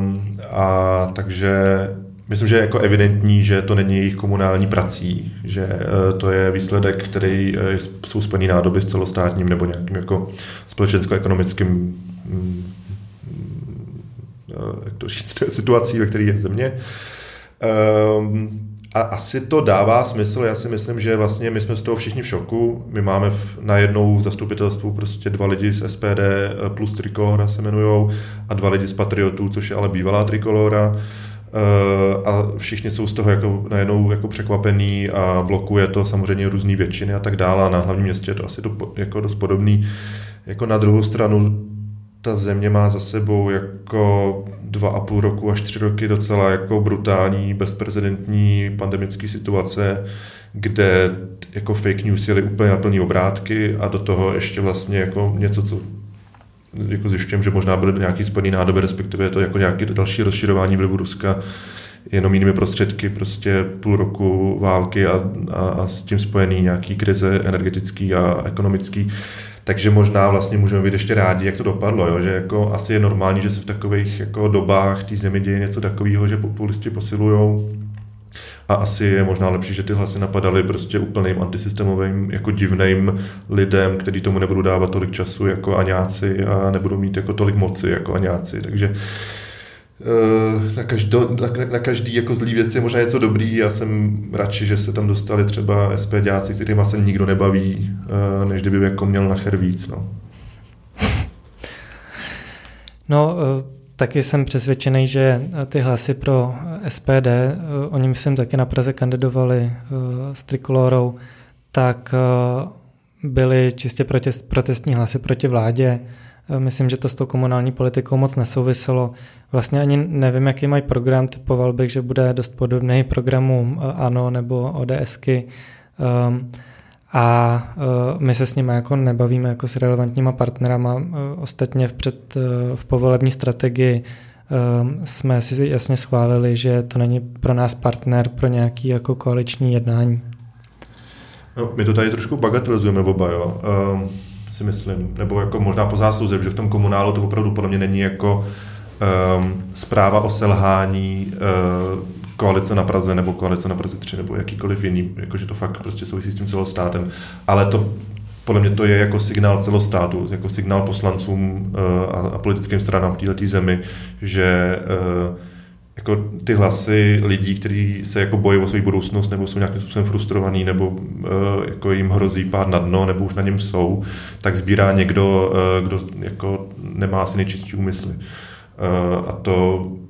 A takže myslím, že je jako evidentní, že to není jejich komunální prací, že to je výsledek, který jsou spojený nádoby s celostátním nebo nějakým jako společensko-ekonomickým jak to říct, situací, ve které je země. Um, a asi to dává smysl, já si myslím, že vlastně my jsme z toho všichni v šoku, my máme v, najednou v zastupitelstvu prostě dva lidi z S P D plus Trikolora se jmenujou a dva lidi z Patriotů, což je ale bývalá Trikolora uh, a všichni jsou z toho jako najednou jako překvapení a blokuje to samozřejmě různý většiny a tak dále a na hlavním městě je to asi do, jako dost podobný. Jako na druhou stranu ta země má za sebou jako dva a půl roku až tři roky docela jako brutální, bezprecedentní pandemické situace, kde jako fake news jeli úplně na plný obrátky a do toho ještě vlastně jako něco, co jako zjišťujem, že možná byly nějaký spojený nádoby, respektive je to jako nějaké další rozširování vlivu Ruska jenom jinými prostředky, prostě půl roku války a, a, a s tím spojený nějaký krize energetický a ekonomický. Takže možná vlastně můžeme být ještě rádi, jak to dopadlo, jo? Že jako asi je normální, že se v takových jako dobách té zemi děje něco takového, že populisti posilujou. A asi je možná lepší, že ty hlasy napadaly prostě úplným antisystémovým, jako divným lidem, kteří tomu nebudou dávat tolik času jako aňáci a nebudou mít jako tolik moci jako aňáci. Takže na, každo, na, na každý jako zlý věci je možná něco dobrý. Já jsem radši, že se tam dostali třeba SPDáci, kterýma se nikdo nebaví, než kdyby jako měl na her víc. No, no taky jsem přesvědčený, že ty hlasy pro S P D, oni myslím taky na Praze kandidovali s Trikolorou, tak byly čistě protest, protestní hlasy proti vládě. Myslím, že to s tou komunální politikou moc nesouviselo. Vlastně ani nevím, jaký mají program, typoval bych, že bude dost podobný programu ANO nebo ODSky. Um, a uh, my se s nimi jako nebavíme jako s relevantníma partnerama. Uh, ostatně v, před, uh, v povolební strategii um, jsme si jasně schválili, že to není pro nás partner pro nějaký jako koaliční jednání. No, my to tady trošku bagatelizujeme oba, jo. Um... si myslím, nebo jako možná po zásluze, že v tom komunálu to opravdu podle mě není jako um, zpráva o selhání uh, koalice na Praze nebo koalice na Praze tři nebo jakýkoliv jiný, jakože to fakt prostě souvisí s tím celostátem, ale to podle mě to je jako signál celostátu, jako signál poslancům uh, a, a politickým stranám v této zemi, že uh, jako ty hlasy lidí, kteří se jako bojí o svou budoucnost nebo jsou nějakým způsobem frustrovaný nebo uh, jako jim hrozí pád na dno nebo už na něm jsou, tak sbírá někdo, uh, kdo jako nemá asi nejčistší úmysly. Uh, a to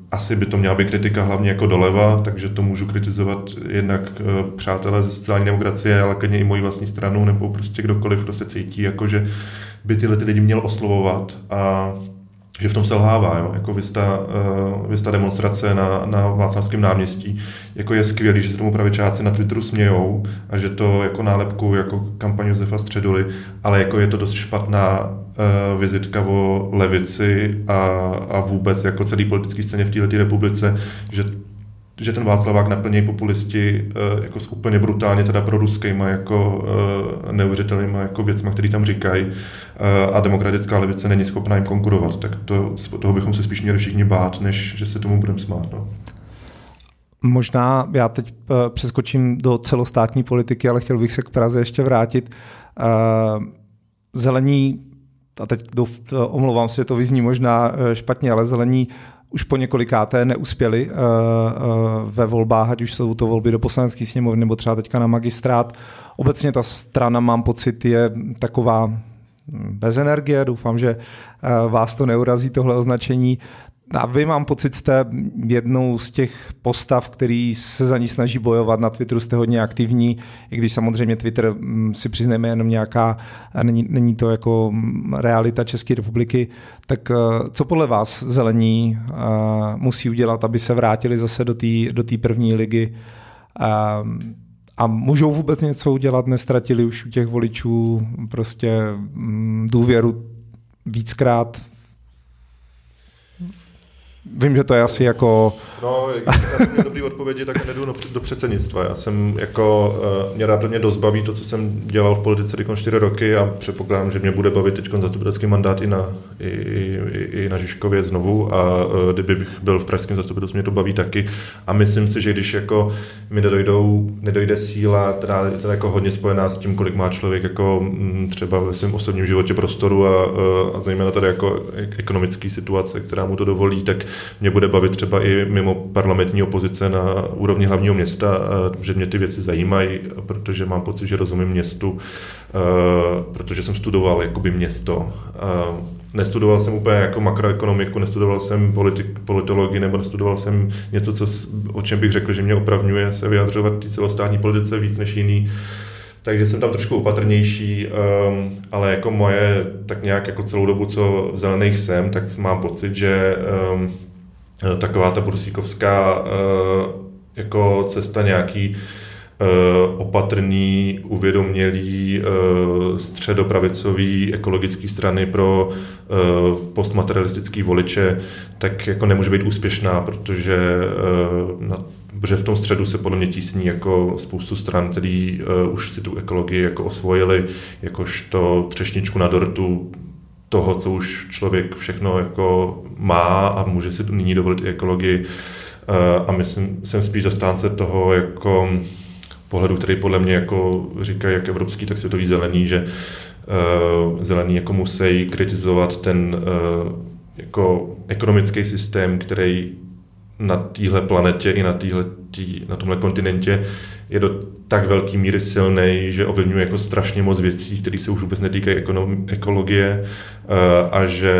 asi by to měla být kritika hlavně jako doleva, takže to můžu kritizovat jednak přátelé ze sociální demokracie, ale klidně i moji vlastní stranu, nebo prostě kdokoliv, kdo se cítí, jako že by tyhle ty lidi měl oslovovat a že v tom selhává, jo? Jako vysta, uh, vysta demonstrace na, na Václavském náměstí, jako je skvělý, že se tomu pravičáci na Twitteru smějou a že to jako nálepku jako kampaň Josefa Středuly, ale jako je to dost špatná uh, vizitka o levici a, a vůbec jako celý politický scéně v této republice, že že ten Václavák naplnějí populisti uh, jako s úplně brutálně teda proruskýma jako uh, neuvěřitelnýma jako věcma, který tam říkají uh, a demokratická levice není schopná jim konkurovat, tak to, toho bychom se spíš měli všichni bát, než že se tomu budeme smát. No. Možná já teď uh, přeskočím do celostátní politiky, ale chtěl bych se k Praze ještě vrátit. Uh, zelení, a teď douf, omlouvám se, že to vyzní možná uh, špatně, ale zelení už po několikáté neuspěli uh, uh, ve volbách, ať už jsou to volby do poslanecké sněmovny nebo třeba teďka na magistrát. Obecně ta strana, mám pocit, je taková bez energie. Doufám, že uh, vás to neurazí, tohle označení. A vy, mám pocit, jste jednou z těch postav, který se za ní snaží bojovat. Na Twitteru jste hodně aktivní, i když samozřejmě Twitter, si přiznejme, jenom nějaká, není, není to jako realita České republiky. Tak co podle vás zelení uh, musí udělat, aby se vrátili zase do té do té první ligy? Uh, a můžou vůbec něco udělat? Nestratili už u těch voličů prostě um, důvěru víckrát? Vím, že to je asi jako... No, když mě dobrý odpovědi, tak nejdu do předsednictva. Já jsem jako, mě rád dost baví to, co jsem dělal v politice teď čtyři roky a předpokládám, že mě bude bavit teď zastupitelský mandát i na, i, i, i na Žižkově znovu a kdyby bych byl v pražském zastupitelstvu, mě to baví taky a myslím si, že když jako mi nedojdou, nedojde síla, která je teda jako hodně spojená s tím, kolik má člověk jako třeba ve svém osobním životě prostoru a, a zejména tady jako ekonomické situace, která mu to dovolí, tak mě bude bavit třeba i mimo parlamentní opozice na úrovni hlavního města, že mě ty věci zajímají, protože mám pocit, že rozumím městu, protože jsem studoval jakoby město. Nestudoval jsem úplně jako makroekonomiku, nestudoval jsem politik, politologii nebo nestudoval jsem něco, co, o čem bych řekl, že mě opravňuje se vyjadřovat v celostátní politice víc než jiný. Takže jsem tam trošku opatrnější, um, ale jako moje, tak nějak jako celou dobu, co v Zelených jsem, tak mám pocit, že um, taková ta bursíkovská uh, jako cesta nějaký uh, opatrný, uvědomělý, uh, středopravicový ekologický strany pro uh, postmaterialistický voliče, tak jako nemůže být úspěšná, protože uh, na protože v tom středu se podle mě tísní jako spoustu stran, který uh, už si tu ekologii jako osvojili, jakožto třešničku na dortu toho, co už člověk všechno jako má a může si nyní dovolit i ekologii. Uh, a myslím, jsem spíš zastánce toho jako pohledu, který podle mě jako říkají jak evropský, tak světový zelení, že uh, zelení jako musí kritizovat ten uh, jako ekonomický systém, který na téhle planetě i na, týhle, tý, na tomhle kontinentě je do tak velký míry silnej, že ovlivňuje jako strašně moc věcí, které se už vůbec netýkají ekonom, ekologie a že,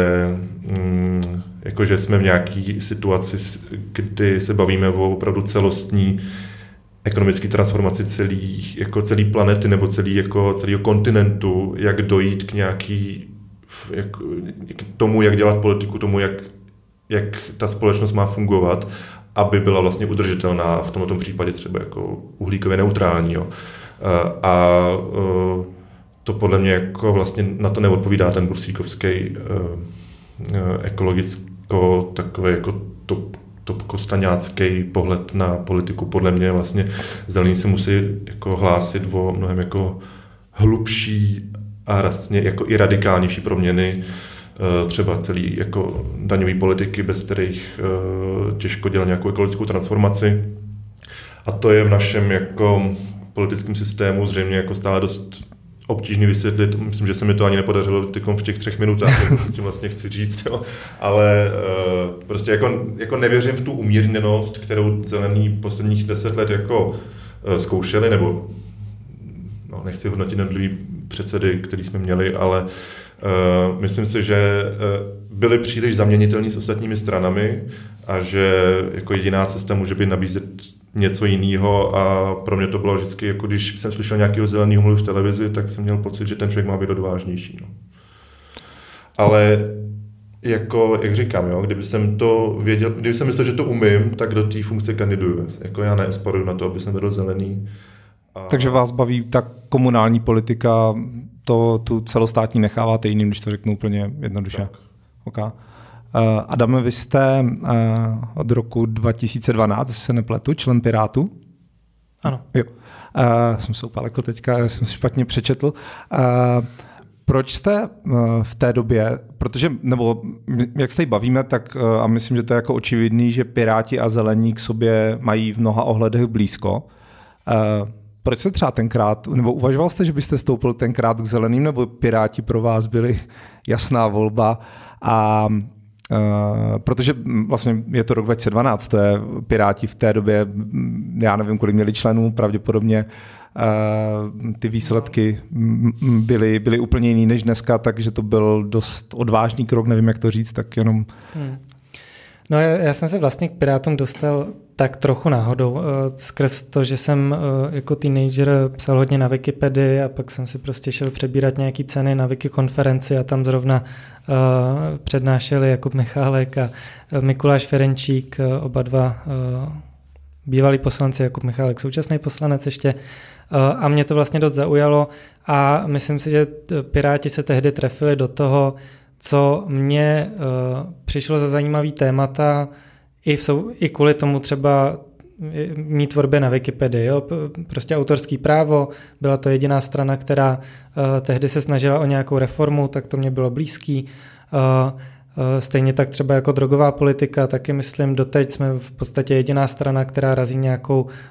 mm, jako že jsme v nějaké situaci, kdy se bavíme o opravdu celostní ekonomické transformaci celý, jako celý planety nebo celý, jako celého kontinentu, jak dojít k nějaký jak, k tomu, jak dělat politiku, tomu, jak jak ta společnost má fungovat, aby byla vlastně udržitelná, v tomto případě třeba jako uhlíkově neutrální. Jo. A to podle mě jako vlastně na to neodpovídá ten bursíkovský ekologicko takový jako top, topkostaňácký pohled na politiku. Podle mě vlastně zelení se musí jako hlásit o mnohem jako hlubší a vlastně jako i radikálnější proměny třeba celý jako daňový politiky, bez kterých uh, těžko dělat nějakou ekologickou transformaci. A to je v našem jako politickém systému zřejmě jako stále dost obtížný vysvětlit. Myslím, že se mi to ani nepodařilo v těch třech minutách, jako tím vlastně chci říct. Jo. Ale uh, prostě jako, jako nevěřím v tu umírněnost, kterou zelení posledních deset let jako uh, zkoušeli, nebo no, nechci hodnotit jednotlivý předsedy, který jsme měli, ale Myslím si, že byli příliš zaměnitelní s ostatními stranami a že jako jediná cesta může být nabízet něco jiného a pro mě to bylo vždycky, jako když jsem slyšel nějakého zeleného mluvit v televizi, tak jsem měl pocit, že ten člověk má být odvážnější. No. Ale jako, jak říkám, jo, kdyby jsem to věděl, kdyby jsem myslel, že to umím, tak do té funkce kandiduju. Jako já neesporuju na to, aby jsem vedl zelený. A... Takže vás baví ta komunální politika, to tu celostátní necháváte jiným, když to řeknu úplně jednoduše. Okay. Uh, Adame, vy jste uh, od roku dva tisíce dvanáct, se nepletu, člen Pirátů? Ano. Jo. Uh, jsem se upálekl teďka, jsem si špatně přečetl. Uh, Proč jste v té době, protože, nebo jak se tady bavíme, tak a myslím, že to je jako očividný, že Piráti a Zelení k sobě mají v mnoha ohledech blízko. Proč jste třeba tenkrát, nebo uvažoval jste, že byste stoupil tenkrát k Zeleným, nebo Piráti pro vás byli jasná volba? A Uh, protože vlastně je to rok dva tisíce dvanáct, to je Piráti v té době, já nevím, kolik měli členů, pravděpodobně uh, ty výsledky byly, byly úplně jiný než dneska, takže to byl dost odvážný krok, nevím, jak to říct, tak jenom... Hmm. No já, já jsem se vlastně k Pirátům dostal tak trochu náhodou, uh, skrz to, že jsem uh, jako teenager psal hodně na Wikipedii a pak jsem si prostě šel přebírat nějaký ceny na Wikikonferenci a tam zrovna uh, přednášeli Jakub Michálek a uh, Mikuláš Ferenčík, uh, oba dva uh, bývalí poslanci, Jakub Michálek současný poslanec ještě, uh, a mě to vlastně dost zaujalo a myslím si, že Piráti se tehdy trefili do toho, co mě uh, přišlo za zajímavý témata, i, v sou, i kvůli tomu třeba mít tvorbě na Wikipedii. Jo? Prostě autorský právo, byla to jediná strana, která uh, tehdy se snažila o nějakou reformu, tak to mě bylo blízký. Uh, uh, stejně tak třeba jako drogová politika, taky myslím, doteď jsme v podstatě jediná strana, která razí nějakou uh,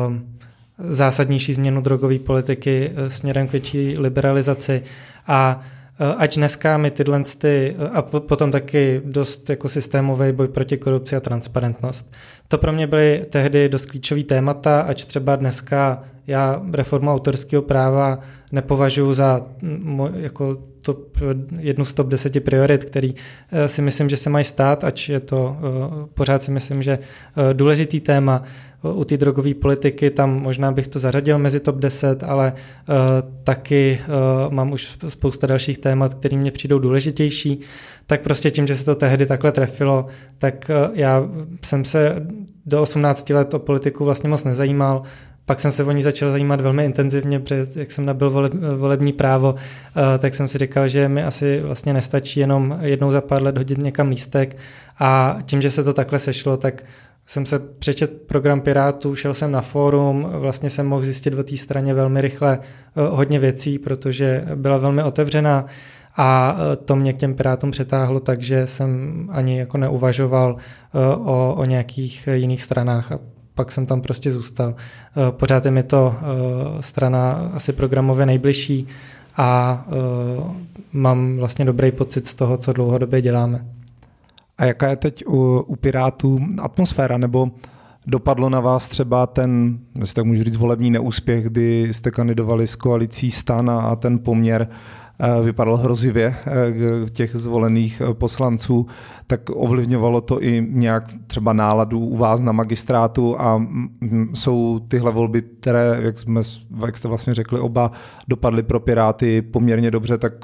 zásadnější změnu drogové politiky uh, směrem k větší liberalizaci. A Ač dneska mi tyhle ty, a potom taky dost jako systémový boj proti korupci a transparentnost. To pro mě byly tehdy dost klíčový témata, ač třeba dneska já reformu autorského práva nepovažuji za jako top, jednu z top deseti priorit, který si myslím, že se mají stát, ač je to pořád si myslím, že důležitý téma. U té drogové politiky tam možná bych to zařadil mezi top deset, ale uh, taky uh, mám už spousta dalších témat, které mě přijdou důležitější. Tak prostě tím, že se to tehdy takhle trefilo, tak uh, já jsem se do osmnácti let o politiku vlastně moc nezajímal. Pak jsem se o ní začal zajímat velmi intenzivně, protože jak jsem nabyl voleb, volební právo, uh, tak jsem si říkal, že mi asi vlastně nestačí jenom jednou za pár let hodit někam lístek. A tím, že se to takhle sešlo, tak jsem se přečet program Pirátů, šel jsem na fórum, vlastně jsem mohl zjistit o té straně velmi rychle uh, hodně věcí, protože byla velmi otevřená a uh, to mě k těm Pirátům přetáhlo, takže jsem ani jako neuvažoval uh, o, o nějakých jiných stranách a pak jsem tam prostě zůstal. Uh, pořád je mi to uh, strana asi programově nejbližší a uh, mám vlastně dobrý pocit z toho, co dlouhodobě děláme. A jaká je teď u, u Pirátů atmosféra, nebo dopadlo na vás třeba ten, jestli tak můžu říct, volební neúspěch, kdy jste kandidovali s koalicí STAN a ten poměr vypadal hrozivě těch zvolených poslanců, tak ovlivňovalo to i nějak třeba náladu u vás na magistrátu a jsou tyhle volby, které, jak, jsme, jak jste vlastně řekli, oba dopadly pro Piráty poměrně dobře, tak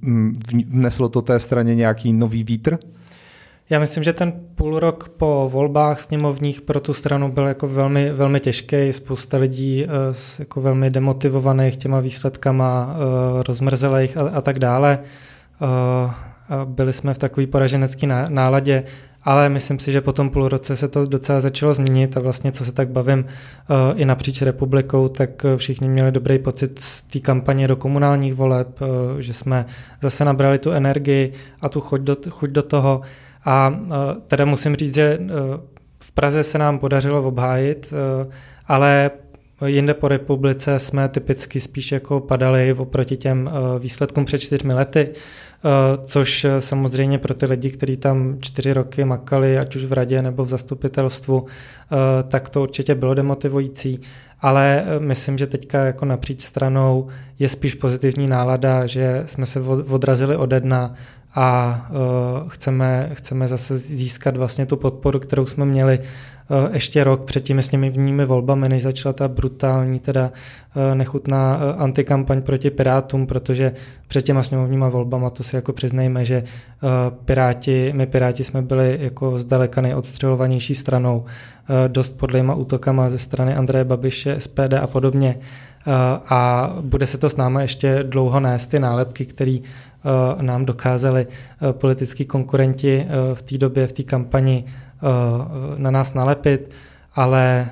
vneslo to té straně nějaký nový vítr? Já myslím, že ten půl rok po volbách sněmovních pro tu stranu byl jako velmi, velmi těžký. Spousta lidí uh, jako velmi demotivovaných těma výsledkama, uh, rozmrzelých a, a tak dále. Uh, a byli jsme v takové poraženecké náladě, ale myslím si, že po tom půl roce se to docela začalo změnit a vlastně, co se tak bavím uh, i napříč republikou, tak všichni měli dobrý pocit z té kampaně do komunálních voleb, uh, že jsme zase nabrali tu energii a tu chuť do, chuť do toho. A teda musím říct, že v Praze se nám podařilo obhájit, ale jinde po republice jsme typicky spíš jako padali oproti těm výsledkům před čtyřmi lety, což samozřejmě pro ty lidi, kteří tam čtyři roky makali, ať už v radě nebo v zastupitelstvu, tak to určitě bylo demotivující, ale myslím, že teďka jako napříč stranou je spíš pozitivní nálada, že jsme se odrazili ode dna a chceme, chceme zase získat vlastně tu podporu, kterou jsme měli ještě rok před těmi sněmovními volbami, než začala ta brutální, teda nechutná antikampaň proti Pirátům, protože před těma sněmovníma volbama, to si jako přiznejme, že Piráti, my Piráti jsme byli jako zdaleka nejodstřelovanější stranou, dost podlejma útokama ze strany Andreje Babiše, S P D a podobně. A bude se to s námi ještě dlouho nést, ty nálepky, které nám dokázali politický konkurenti v té době, v té kampani na nás nalepit, ale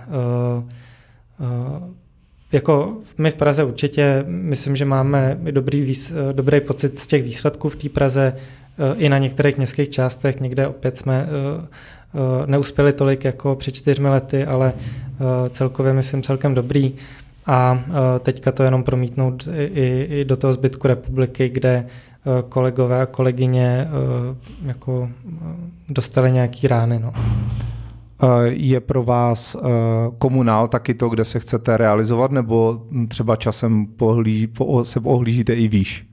jako my v Praze určitě myslím, že máme dobrý, dobrý pocit z těch výsledků v té Praze i na některých městských částech, někde opět jsme neuspěli tolik jako před čtyřmi lety, ale celkově myslím celkem dobrý. A teďka to jenom promítnout i, i do toho zbytku republiky, kde kolegové a kolegyně jako dostali nějaký rány. No. Je pro vás komunál taky to, kde se chcete realizovat, nebo třeba časem pohlí, po, se ohlížíte i výš?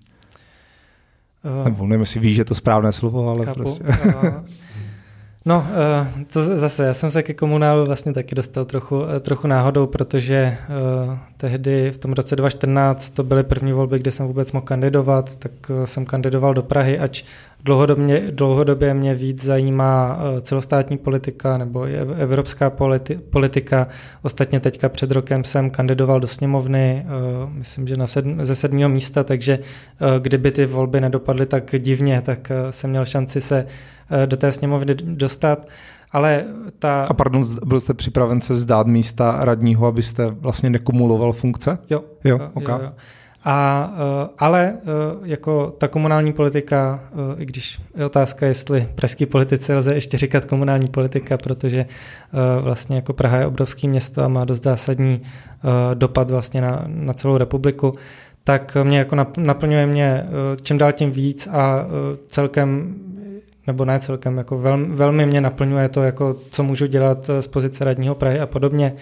Uh, nebo nevím, jestli víš, že to správné slovo, ale chápu. Prostě. Uh, no, uh, to zase, já jsem se ke komunálu vlastně taky dostal trochu, uh, trochu náhodou, protože uh, tehdy v tom roce dva tisíce čtrnáct to byly první volby, kde jsem vůbec mohl kandidovat, tak uh, jsem kandidoval do Prahy, ač dlouhodobě, dlouhodobě mě víc zajímá uh, celostátní politika nebo evropská politi- politika. Ostatně teďka před rokem jsem kandidoval do sněmovny, uh, myslím, že na sedm, ze sedmého místa, takže uh, kdyby ty volby nedopadly tak divně, tak uh, jsem měl šanci se uh, do té sněmovny dostat. Ale ta... A pardon, byl jste připraven se vzdát místa radního, abyste vlastně nekumuloval funkce? Jo. Jo, jo, okay. jo, jo. A, ale jako ta komunální politika, i když je otázka, jestli pražský politice lze ještě říkat komunální politika, protože vlastně jako Praha je obrovské město a má dost zásadní dopad vlastně na, na celou republiku, tak mě jako naplňuje mě čím dál tím víc a celkem nebo ne celkem, jako velmi, velmi mě naplňuje to, jako co můžu dělat z pozice radního Prahy a podobně.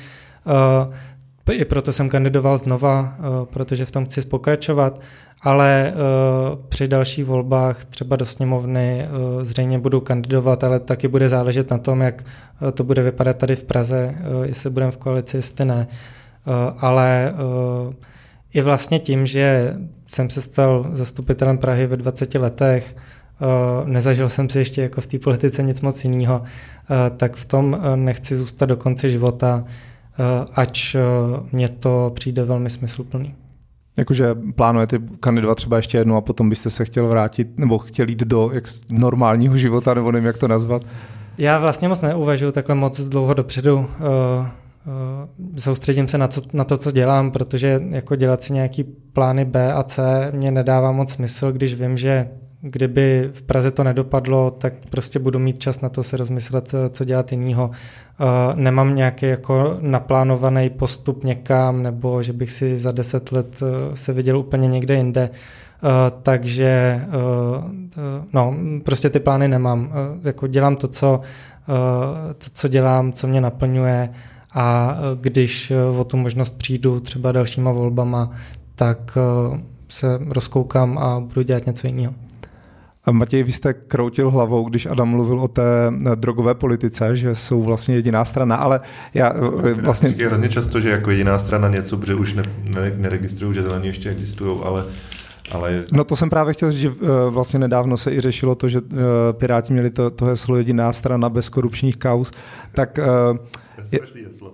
I proto jsem kandidoval znova, protože v tom chci pokračovat, ale při dalších volbách třeba do sněmovny zřejmě budu kandidovat, ale taky bude záležet na tom, jak to bude vypadat tady v Praze, jestli budeme v koalici, jestli ne. Ale i vlastně tím, že jsem se stal zastupitelem Prahy ve dvaceti letech, nezažil jsem si ještě jako v té politice nic moc jiného, tak v tom nechci zůstat do konce života, ač mně to přijde velmi smysluplný. Jakože plánujete kandidovat třeba ještě jednou a potom byste se chtěl vrátit nebo chtěl jít do jak, normálního života, nebo nevím, jak to nazvat? Já vlastně moc neuvažuji takhle moc dlouho dopředu. Uh, uh, soustředím se na, co, na to, co dělám, protože jako dělat si nějaký plány B a C mě nedává moc smysl, když vím, že kdyby v Praze to nedopadlo, tak prostě budu mít čas na to se rozmyslet, co dělat jinýho. Uh, nemám nějaký jako naplánovaný postup někam, nebo že bych si za deset let uh, se viděl úplně někde jinde. Uh, takže uh, uh, no, prostě ty plány nemám. Uh, jako dělám to co, uh, to, co dělám, co mě naplňuje, a uh, když uh, o tu možnost přijdu třeba dalšíma volbama, tak uh, se rozkoukám a budu dělat něco jiného. Matěj, vy jste kroutil hlavou, když Adam mluvil o té drogové politice, že jsou vlastně jediná strana, ale já vlastně... Je hrozně často, že jako jediná strana něco, protože už ne, ne, neregistrují, že zelení ještě existují, ale, ale... No to jsem právě chtěl říct, že vlastně nedávno se i řešilo to, že Piráti měli to, to heslo jediná strana bez korupčních kauz, tak... Je,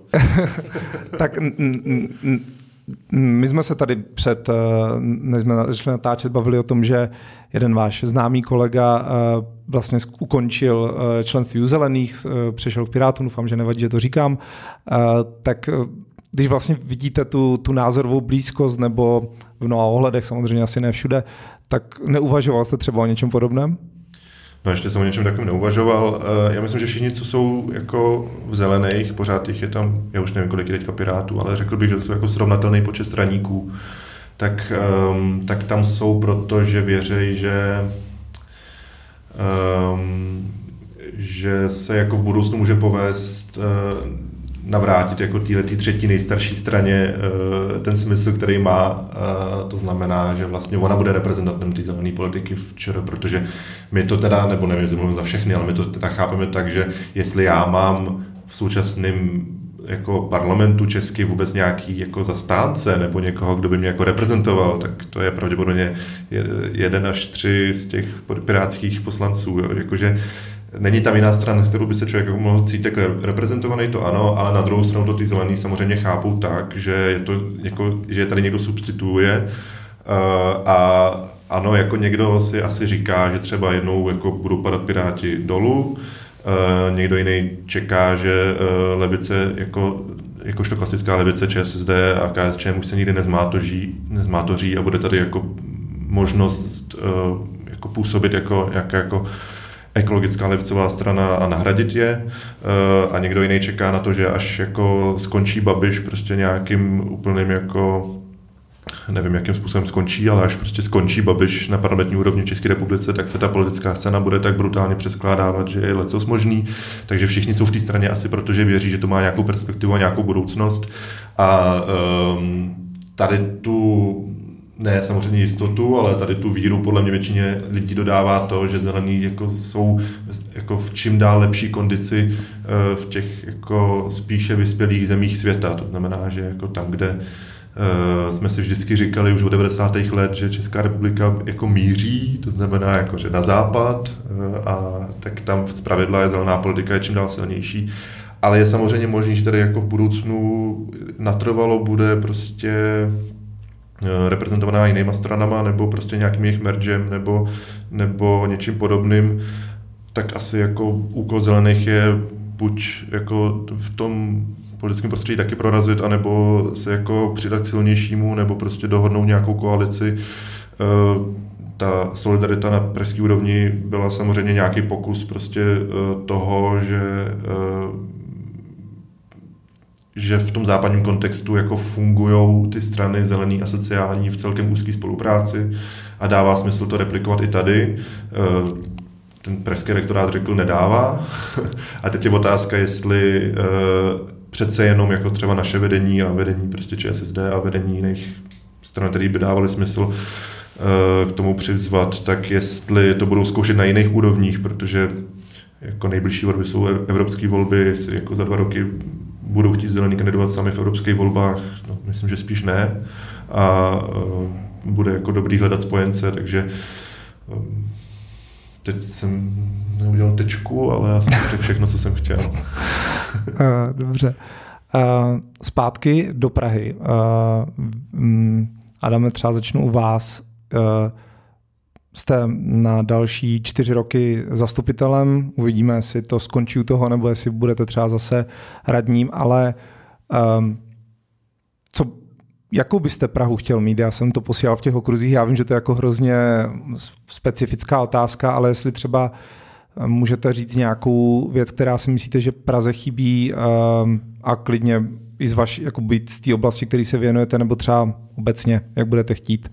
tak... My jsme se tady před, než jsme začali natáčet, bavili o tom, že jeden váš známý kolega vlastně ukončil členství u Zelených, přešel k Pirátům, doufám, že nevadí, že to říkám, tak když vlastně vidíte tu, tu názorovou blízkost, nebo v mnoha ohledech, samozřejmě asi ne všude, tak neuvažoval jste třeba o něčem podobném? No ještě jsem o něčem takovém neuvažoval. Já myslím, že všichni, co jsou jako v zelených, pořád jich je tam, já už nevím, kolik je teďka Pirátů, ale řekl bych, že jsou jako srovnatelný počet straníků, tak, um, tak tam jsou, protože věří, že um, že se jako v budoucnu může povést uh, navrátit jako téhletý třetí nejstarší straně uh, ten smysl, který má. Uh, to znamená, že vlastně ona bude reprezentantem té zelené politiky včera, protože my to teda, nebo nevím, mluvím za všechny, ale my to teda chápeme tak, že jestli já mám v současném jako parlamentu česky vůbec nějaký jako zastánce nebo někoho, kdo by mě jako reprezentoval, tak to je pravděpodobně jeden až tři z těch pirátských poslanců. Jo. Jakože není tam jiná strana, kterou by se člověk jako mohl cítit takhle reprezentovaný, to ano, ale na druhou stranu to ty zelený samozřejmě chápou tak, že je, to jako, že je tady někdo substituuje a ano, jako někdo si asi říká, že třeba jednou jako budou padat Piráti dolů, Uh, někdo jiný čeká, že uh, levice, jako, jakožto klasická levice ČSSD a KSČM už se nikdy nezmátoří, nezmátoří a bude tady jako možnost uh, jako působit jako, jak, jako ekologická levicová strana a nahradit je. Uh, a někdo jiný čeká na to, že až jako skončí Babiš prostě nějakým úplným jako nevím, jakým způsobem skončí, ale až prostě skončí Babiš na parlamentní úrovni v České republice, tak se ta politická scéna bude tak brutálně přeskládávat, že je lecos možný. Takže všichni jsou v té straně asi protože věří, že to má nějakou perspektivu a nějakou budoucnost. A um, tady tu, ne samozřejmě jistotu, ale tady tu víru podle mě většině lidí dodává to, že zelení jako jsou jako v čím dál lepší kondici uh, v těch jako spíše vyspělých zemích světa. To znamená, že jako tam, kde Uh, jsme si vždycky říkali už od devadesátých let, že Česká republika jako míří, to znamená jako, že na západ uh, a tak tam zpravidla je zelená politika je čím dál silnější, ale je samozřejmě možné, že tady jako v budoucnu natrvalo bude prostě uh, reprezentovaná jinýma stranama nebo prostě nějakým jejich mergem nebo, nebo něčím podobným, tak asi jako úkol zelených je buď jako v tom politickém prostředí taky prorazit, anebo se jako přidat k silnějšímu, nebo prostě dohodnout nějakou koalici. Ta solidarita na pražské úrovni byla samozřejmě nějaký pokus prostě toho, že, že v tom západním kontextu jako fungujou ty strany zelený a sociální v celkem úzké spolupráci a dává smysl to replikovat i tady. Ten pražský rektorát řekl nedává. A teď je otázka, jestli přece jenom jako třeba naše vedení a vedení prostě ČSSD a vedení jiných stran, které by dávaly smysl k tomu přizvat, tak jestli to budou zkoušet na jiných úrovních, protože jako nejbližší volby jsou evropské volby, jestli jako za dva roky budou chtít zelení kandidovat sami v evropských volbách, no, myslím, že spíš ne. A bude jako dobrý hledat spojence, takže teď jsem neudělal tečku, ale já jsem řekl všechno, co jsem chtěl. Dobře. Zpátky do Prahy. Adame, třeba začnu u vás. Jste na další čtyři roky zastupitelem. Uvidíme, jestli to skončí u toho, nebo jestli budete třeba zase radním, ale co, jakou byste Prahu chtěl mít? Já jsem to posílal v těch okruzích. Já vím, že to je jako hrozně specifická otázka, ale jestli třeba můžete říct nějakou věc, která si myslíte, že Praze chybí um, a klidně i z vaší, jako být z té oblasti, který se věnujete, nebo třeba obecně, jak budete chtít?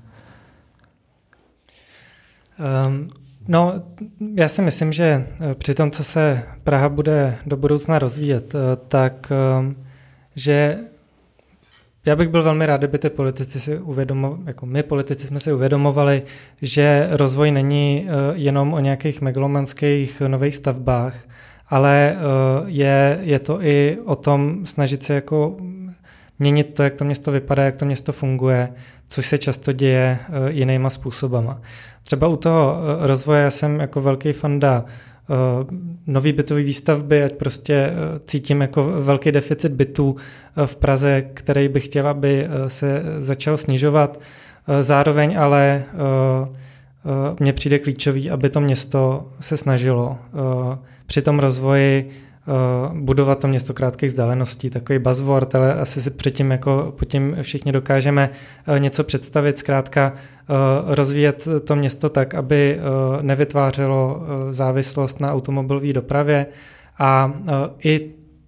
Um, no, já si myslím, že při tom, co se Praha bude do budoucna rozvíjet, tak um, že já bych byl velmi rád, kdyby ty politici si uvědomovali, jako my politici jsme si uvědomovali, že rozvoj není jenom o nějakých megalomanských nových stavbách, ale je, je to i o tom snažit se jako měnit to, jak to město vypadá, jak to město funguje, což se často děje jinýma způsobama. Třeba u toho rozvoje já jsem jako velký fanda nový bytový výstavby, ať prostě cítím jako velký deficit bytů v Praze, který bych chtěl, aby se začal snižovat. Zároveň ale mně přijde klíčový, aby to město se snažilo při tom rozvoji budovat to město krátkých vzdáleností, takový buzzword, ale asi si předtím jako pod tím všichni dokážeme něco představit, zkrátka rozvíjet to město tak, aby nevytvářelo závislost na automobilové dopravě a i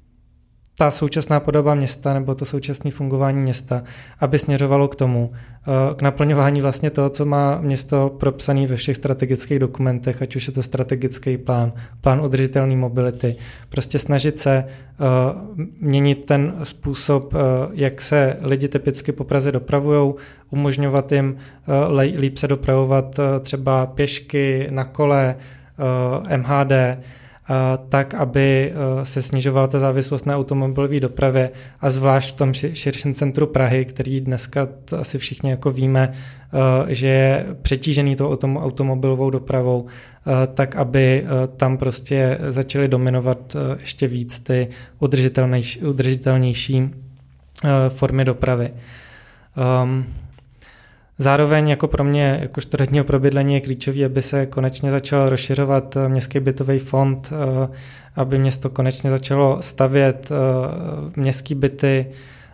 ta současná podoba města nebo to současné fungování města, aby směřovalo k tomu, k naplňování vlastně toho, co má město propsané ve všech strategických dokumentech, ať už je to strategický plán, plán udržitelné mobility, prostě snažit se uh, měnit ten způsob, uh, jak se lidi typicky po Praze dopravujou, umožňovat jim uh, líp se dopravovat uh, třeba pěšky, na kole, uh, M H D, tak, aby se snižovala ta závislost na automobilové dopravě a zvlášť v tom širším centru Prahy, který dneska to asi všichni jako víme, že je přetížený tou automobilovou dopravou, tak, aby tam prostě začaly dominovat ještě víc ty udržitelnější, udržitelnější formy dopravy. Um, Zároveň jako pro mě, jako radního pro bydlení je klíčový, aby se konečně začal rozšiřovat městský bytový fond, aby město konečně začalo stavět městský byty,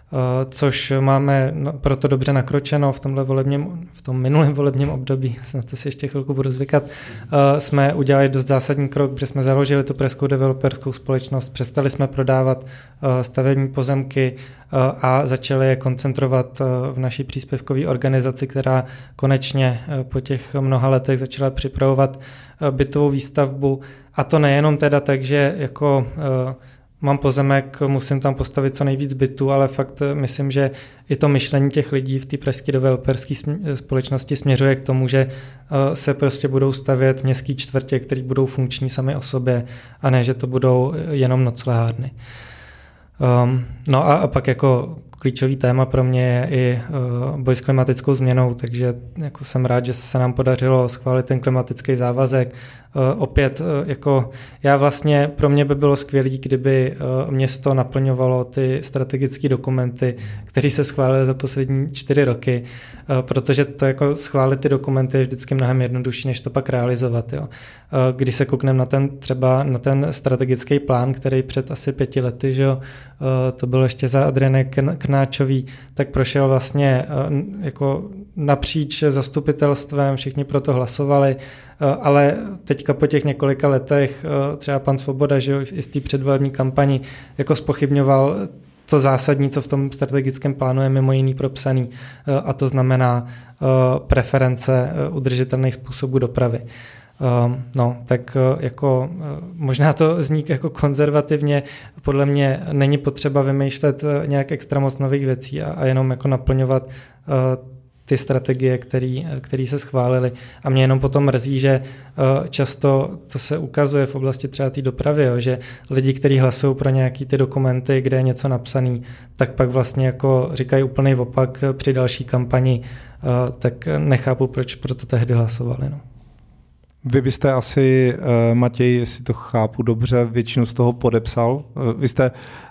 což máme proto dobře nakročeno v tomhle volebním, v tom minulém volebním období, na to si ještě chvilku budu zvykat, jsme udělali dost zásadní krok, protože jsme založili tu pražskou developerskou společnost, přestali jsme prodávat stavební pozemky a začali je koncentrovat v naší příspěvkové organizaci, která konečně po těch mnoha letech začala připravovat bytovou výstavbu. A to nejenom teda tak, že jako mám pozemek, musím tam postavit co nejvíc bytů, ale fakt myslím, že i to myšlení těch lidí v té pražské developerské společnosti směřuje k tomu, že se prostě budou stavět městské čtvrtě, které budou funkční sami o sobě a ne, že to budou jenom noclehárny. Um, no a, a pak jako klíčový téma pro mě je i uh, boj s klimatickou změnou, takže jako jsem rád, že se nám podařilo schválit ten klimatický závazek. Uh, opět uh, jako já vlastně pro mě by bylo skvělé, kdyby uh, město naplňovalo ty strategické dokumenty, které se schválily za poslední čtyři roky, uh, protože to jako schválit ty dokumenty je vždycky mnohem jednodušší, než to pak realizovat. Jo. Uh, když se koukneme na ten třeba na ten strategický plán, který před asi pěti lety, že jo, uh, to bylo ještě za Adriany Krnáčový, tak prošel vlastně uh, jako napříč zastupitelstvem, všichni pro to hlasovali, ale teďka po těch několika letech třeba pan Svoboda, že i v té předvolební kampani jako zpochybňoval to zásadní, co v tom strategickém plánu je mimo jiný propsaný, a to znamená preference udržitelných způsobů dopravy. No, tak jako možná to zní jako konzervativně, podle mě není potřeba vymýšlet nějak extra moc nových věcí a, a jenom jako naplňovat ty strategie, které se schválily. A mě jenom potom mrzí, že často to se ukazuje v oblasti třeba té dopravy, jo, že lidi, kteří hlasují pro nějaký ty dokumenty, kde je něco napsané, tak pak vlastně jako říkají úplný opak při další kampani, tak nechápu, proč pro to tehdy hlasovali. No. Vy byste asi, Matěj, jestli to chápu dobře, většinu z toho podepsal. Vy jste,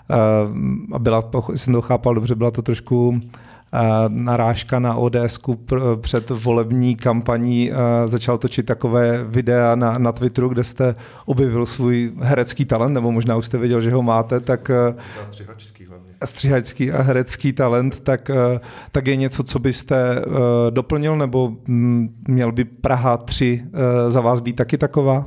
a byla, jestli jsem to chápal dobře, byla to trošku narážka na ODSku před volební kampaní, začal točit takové videa na, na Twitteru, kde jste objevil svůj herecký talent, nebo možná už jste věděl, že ho máte, tak střihačský hlavně. Střihačský a herecký talent, tak, tak je něco, co byste doplnil, nebo měl by Praha tři za vás být taky taková?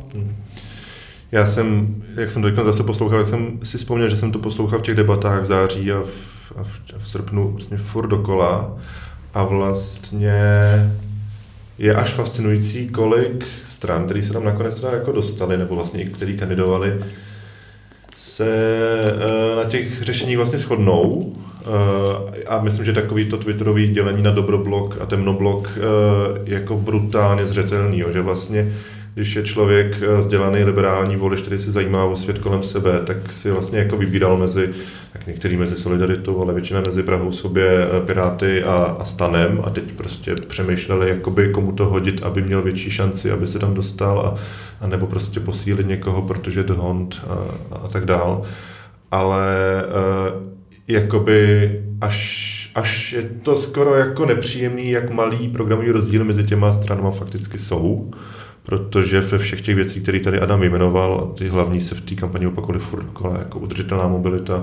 Já jsem, jak jsem teď zase poslouchal, jak jsem si vzpomněl, že jsem to poslouchal v těch debatách v září a v, a v, a v srpnu vlastně furt dokola a vlastně je až fascinující, kolik stran, který se tam nakonec teda jako dostali, nebo vlastně i který kandidovali, se na těch řešeních vlastně shodnou a myslím, že takový to twitterový dělení na dobroblok a temnoblok jako brutálně zřetelný, že vlastně když je člověk vzdělaný liberální volič, který se zajímá o svět kolem sebe, tak si vlastně jako vybíral mezi, tak některý mezi Solidaritou, ale většina mezi Prahou sobě, Piráty a, a Stanem a teď prostě přemýšleli, jakoby komu to hodit, aby měl větší šanci, aby se tam dostal a, a nebo prostě posílit někoho, protože the Hond a, a tak dál. Ale uh, jakoby až, až je to skoro jako nepříjemný, jak malý programový rozdíl mezi těma stranama fakticky jsou. protože ve všech těch věcí, které tady Adam vyjmenoval, ty hlavní se v té kampani opakovaly furt dokola, jako udržitelná mobilita,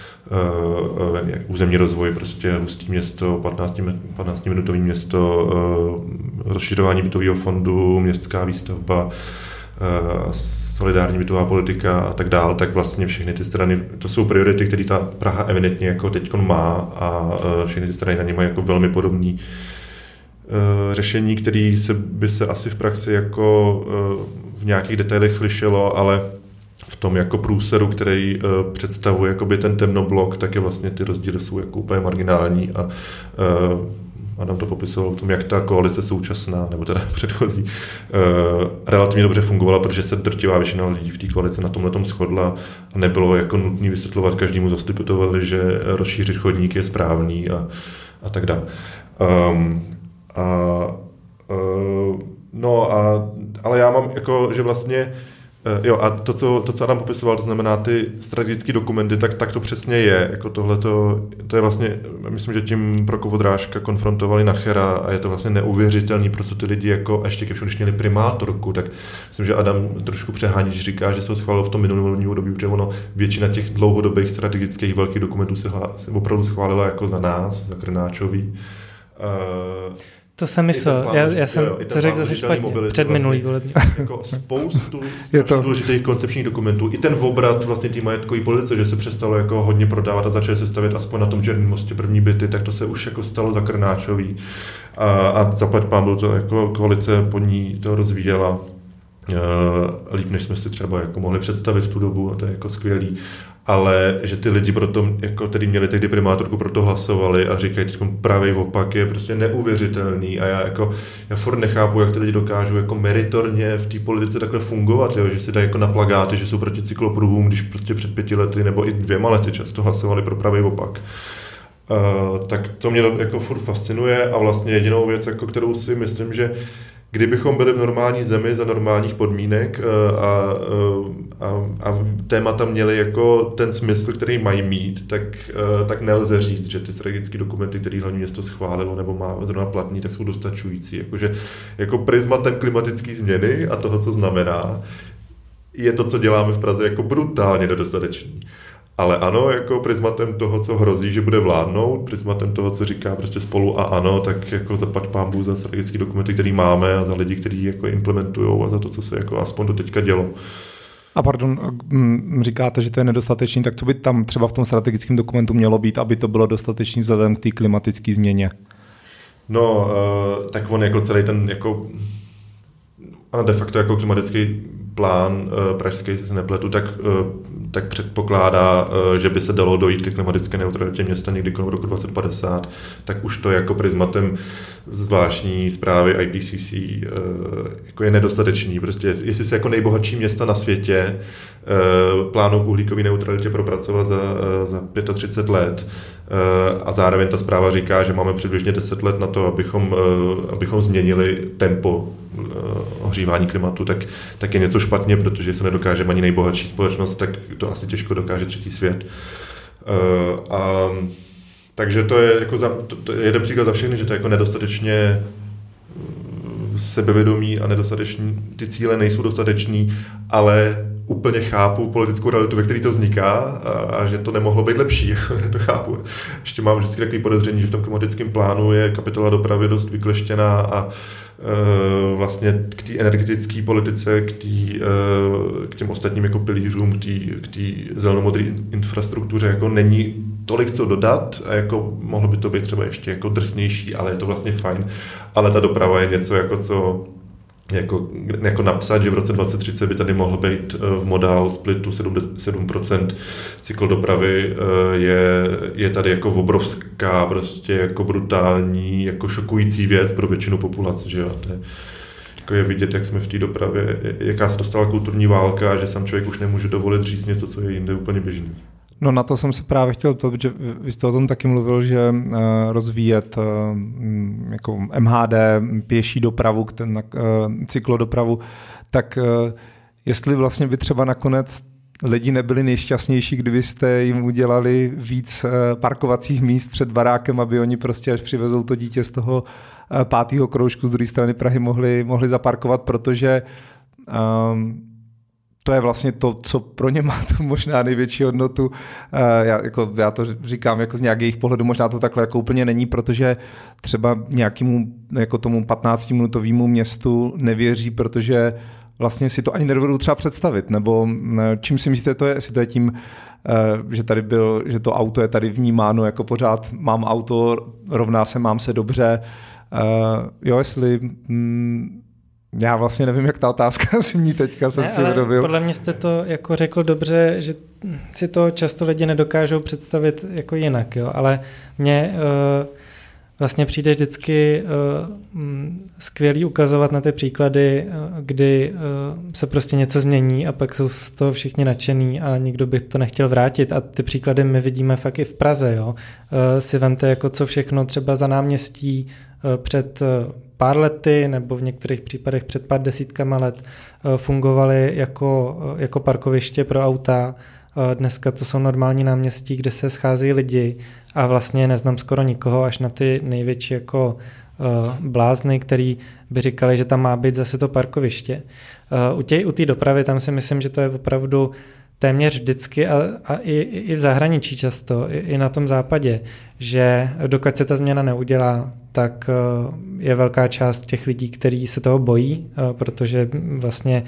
Uh, uh, územní rozvoj, prostě hustý město, patnáctiminutový město, uh, rozšiřování bytového fondu, městská výstavba, uh, solidární bytová politika a tak dále, tak vlastně všechny ty strany, to jsou priority, které ta Praha evidentně jako teďkon má a uh, všechny ty strany na ně mají jako velmi podobný uh, řešení, které se, by se asi v praxi jako uh, v nějakých detailech lišilo, ale v tom jako průseru, který uh, představuje jakoby ten temnoblok, tak je vlastně ty rozdíly jsou jako úplně marginální a uh, Adam to popisoval o tom, jak ta koalice současná, nebo teda předchozí, uh, relativně dobře fungovala, protože se drtivá většina lidí v té koalici na tomhletom shodla a nebylo jako nutné vysvětlovat každému zastupiteli, že rozšířit chodník je správný a, a tak dále. Um, a, uh, no a, ale já mám jako, že vlastně jo, a to co, to, co Adam popisoval, to znamená ty strategické dokumenty, tak, tak to přesně je. Jako tohleto, to je vlastně, myslím, že tím Prokop-Vondráška konfrontovali Nachera a je to vlastně neuvěřitelný, protože ty lidi jako, a ještě ke všemu, když měli primátorku, tak myslím, že Adam trošku přehání, když říká, že se ho schválilo v tom minulém období, protože ono většina těch dlouhodobých strategických velkých dokumentů se, hlá, se opravdu schválila jako za nás, za Krnáčový. Uh, To jsem myslel, já, já jsem jo, to řekl zase špatně, před minulý volební. Jako spoustu to důležitých koncepčních dokumentů. I ten obrat vlastně té majetkové politice, že se přestalo jako hodně prodávat a začaly se stavět aspoň na tom Černém mostě první byty, tak to se už jako stalo za Krnáčový. A, a zaplať pánbůh, to jako koalice pod ní to rozvíjela. Uh, líp, než jsme si třeba jako mohli představit v tu dobu, a to je jako skvělý, ale že ty lidi proto, jako tedy měli tehdy primátorku, proto hlasovali a říkají, teď pravý opak je prostě neuvěřitelný a já jako, já furt nechápu, jak ty lidi dokážou jako meritorně v té politice takhle fungovat, jo? Že si dají jako na plagáty, že jsou proti cyklopruhům, když prostě před pěti lety nebo i dvěma lety často hlasovali pro pravý opak. Uh, tak to mě jako furt fascinuje a vlastně jedinou věc, jako kterou si myslím, že kdybychom byli v normální zemi za normálních podmínek a, a, a témata měli jako ten smysl, který mají mít, tak, tak nelze říct, že ty strategické dokumenty, které hlavní město schválilo nebo má zrovna platný, tak jsou dostačující. Jakože, jako prismatem klimatické změny a toho, co znamená, je to, co děláme v Praze, jako brutálně nedostatečný. Ale ano, jako prismatem toho, co hrozí, že bude vládnout, prismatem toho, co říká prostě Spolu a ANO, tak jako zaplať pánbůh za strategické dokumenty, které máme a za lidi, kteří jako implementujou a za to, co se jako aspoň do teďka dělo. A pardon, říkáte, že to je nedostatečný, tak co by tam třeba v tom strategickém dokumentu mělo být, aby to bylo dostatečný vzhledem k té klimatické změně? No, tak on jako celý ten jako a de facto jako klimatický plán pražský, jestli se nepletu, tak, tak předpokládá, že by se dalo dojít ke klimatické neutralitě města někdy kolem roku dvacet padesát, tak už to jako prismatem zvláštní zprávy I P C C jako je nedostatečný. Prostě jestli se jako nejbohatší města na světě plánují k uhlíkové neutralitě propracovat za, za třicet pět let a zároveň ta zpráva říká, že máme přibližně deset let na to, abychom, abychom změnili tempo ohřívání klimatu, tak, tak je něco špatně, protože se nedokáže ani nejbohatší společnost, tak to asi těžko dokáže třetí svět. Uh, a, takže to je, jako za, to, to je jeden příklad za všechny, že to je jako nedostatečně sebevědomí a nedostatečný, ty cíle nejsou dostatečný, ale úplně chápu politickou realitu, ve které to vzniká a, a že to nemohlo být lepší. To chápu. Ještě mám vždycky takový podezření, že v tom klimatickém plánu je kapitola dopravy dost vykleštěná a e, vlastně k té energetické politice, k, tý, e, k těm ostatním jako pilířům, k té zelenomodré infrastruktuře jako není tolik co dodat a jako mohlo by to být třeba ještě jako drsnější, ale je to vlastně fajn. Ale ta doprava je něco jako co Jako, jako napsat, že v roce dvacet třicet by tady mohl být v modál splitu sedm procent cyklodopravy, je, je tady jako obrovská, prostě jako brutální, jako šokující věc pro většinu populace, že jo. To je, jako je vidět, jak jsme v té dopravě, jaká se dostala kulturní válka, že sám člověk už nemůže dovolit říct něco, co je jinde úplně běžný. No na to jsem se právě chtěl ptát, protože vy jste o tom taky mluvil, že uh, rozvíjet uh, jako M H D, pěší dopravu, ten, uh, cyklodopravu, tak uh, jestli vlastně by třeba nakonec lidi nebyli nejšťastnější, kdybyste jim udělali víc parkovacích míst před barákem, aby oni prostě, až přivezou to dítě z toho pátého kroužku z druhé strany Prahy, mohli, mohli zaparkovat, protože um, to je vlastně to, co pro ně má tu možná největší hodnotu. Já, jako, já to říkám jako z nějakých jejich pohledu, možná to takhle jako úplně není, protože třeba nějakému jako tomu patnáctiminutovému městu nevěří, protože vlastně si to ani nedovedu třeba představit, nebo čím si myslíte, to je, jestli to je tím, že tady byl, že to auto je tady vnímáno jako pořád mám auto, rovná se, mám se dobře, jo, jestli... Mm, já vlastně nevím, jak ta otázka zní teďka, jsem ne, si uvědomil. Podle mě jste to jako řekl dobře, že si to často lidi nedokážou představit jako jinak, jo, ale mně uh, vlastně přijde vždycky uh, skvělý ukazovat na ty příklady, uh, kdy uh, se prostě něco změní a pak jsou z toho všichni nadšený a nikdo by to nechtěl vrátit a ty příklady my vidíme fakt i v Praze, jo. Uh, si vemte jako co všechno třeba za náměstí uh, před uh, pár lety nebo v některých případech před pár desítkama let fungovaly jako, jako parkoviště pro auta. Dneska to jsou normální náměstí, kde se scházejí lidi a vlastně neznám skoro nikoho, až na ty největší jako blázny, který by říkali, že tam má být zase to parkoviště. U té u té dopravy tam si myslím, že to je opravdu téměř vždycky a, a i, i v zahraničí často, i, i na tom západě, že dokud se ta změna neudělá, tak je velká část těch lidí, kteří se toho bojí, protože vlastně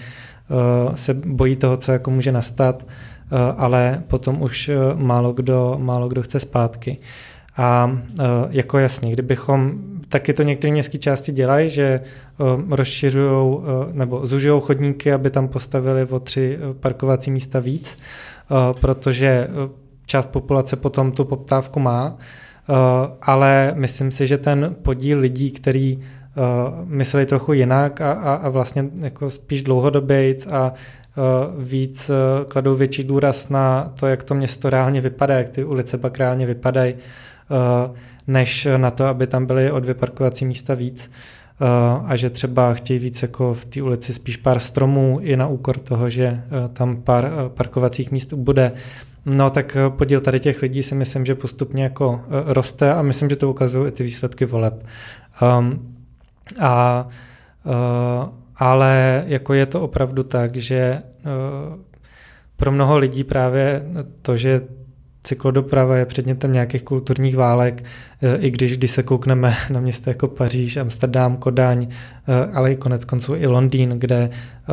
se bojí toho, co jako může nastat, ale potom už málo kdo, málo kdo chce zpátky. A jako jasně, kdybychom, taky to některé městské části dělají, že rozšiřují nebo zužují chodníky, aby tam postavili o tři parkovací místa víc, protože část populace potom tu poptávku má, ale myslím si, že ten podíl lidí, který mysleli trochu jinak a, a, a vlastně jako spíš dlouhodobějc a víc kladou větší důraz na to, jak to město reálně vypadá, jak ty ulice pak reálně vypadají, než na to, aby tam byly o dvě parkovací místa víc a že třeba chtějí víc jako v té ulici spíš pár stromů i na úkor toho, že tam pár parkovacích míst bude. No tak podíl tady těch lidí si myslím, že postupně jako roste a myslím, že to ukazují i ty výsledky voleb. Um, a uh, ale jako je to opravdu tak, že uh, pro mnoho lidí právě to, že cyklodoprava je předmětem nějakých kulturních válek, i když, když se koukneme na města jako Paříž, Amsterdam, Kodaň, ale i konec konců i Londýn, kde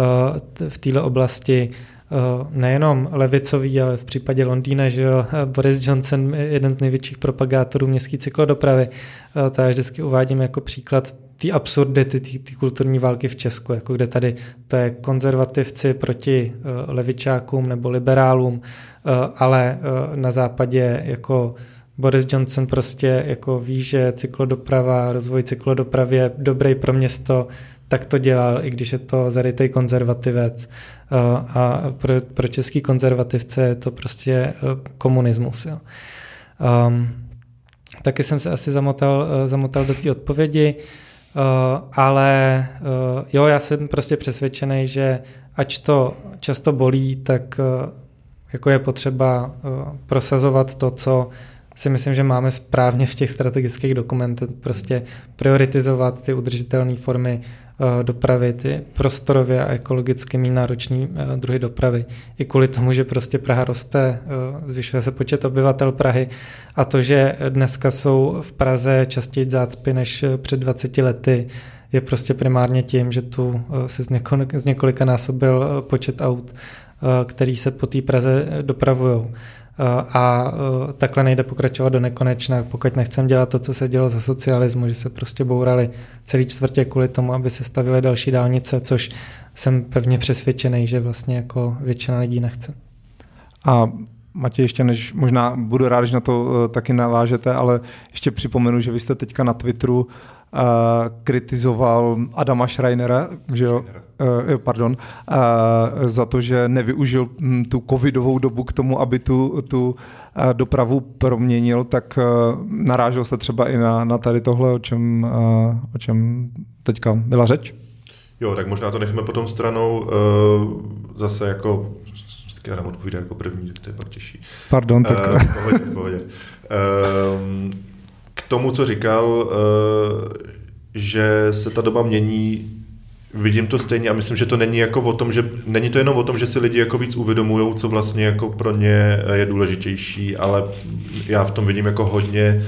v této oblasti nejenom levicový, ale v případě Londýna, že jo, Boris Johnson je jeden z největších propagátorů městské cyklodopravy. To já vždycky uvádím jako příklad té absurdity, té kulturní války v Česku, jako kde tady to je konzervativci proti uh, levičákům nebo liberálům, uh, ale uh, na západě jako Boris Johnson prostě jako ví, že cyklodoprava, rozvoj cyklodopravy je dobrý pro město, tak to dělal, i když je to zarytej konzervativec. Uh, a pro, pro český konzervativce je to prostě uh, komunismus. Jo. Um, taky jsem se asi zamotal, uh, zamotal do té odpovědi. Uh, ale uh, jo, já jsem prostě přesvědčený, že ač to často bolí, tak uh, jako je potřeba uh, prosazovat to, co si myslím, že máme správně v těch strategických dokumentech, prostě prioritizovat ty udržitelné formy uh, dopravy, ty prostorově a ekologicky méně náročné uh, druhy dopravy. I kvůli tomu, že prostě Praha roste, uh, zvyšuje se počet obyvatel Prahy a to, že dneska jsou v Praze častěji zácpy než před dvaceti lety, je prostě primárně tím, že tu uh, se z, několik, z několika násobil uh, počet aut, uh, který se po té Praze dopravujou. A takhle nejde pokračovat do nekonečna, pokud nechcem dělat to, co se dělo za socialismu, že se prostě bourali celý čtvrtě kvůli tomu, aby se stavily další dálnice, což jsem pevně přesvědčený, že vlastně jako většina lidí nechce. A Matěj, ještě než možná budu rád, že na to taky navážete, ale ještě připomenu, že vy jste teďka na Twitteru uh, kritizoval Adama Schreinera, že jo? Uh, pardon, uh, za to, že nevyužil m, tu covidovou dobu k tomu, aby tu, tu uh, dopravu proměnil, tak uh, narážel se třeba i na, na tady tohle, o čem, uh, o čem teďka byla řeč? Jo, tak možná to necháme potom stranou uh, zase jako z vždycky Adam odpovídá jako první, tak to je pak těžší. Pardon, tak... Uh, v pohodě, v pohodě. Uh, k tomu, co říkal, uh, že se ta doba mění, vidím to stejně a myslím, že to není jako o tom, že není to jenom o tom, že si lidi jako víc uvědomujou, co vlastně jako pro ně je důležitější, ale já v tom vidím jako hodně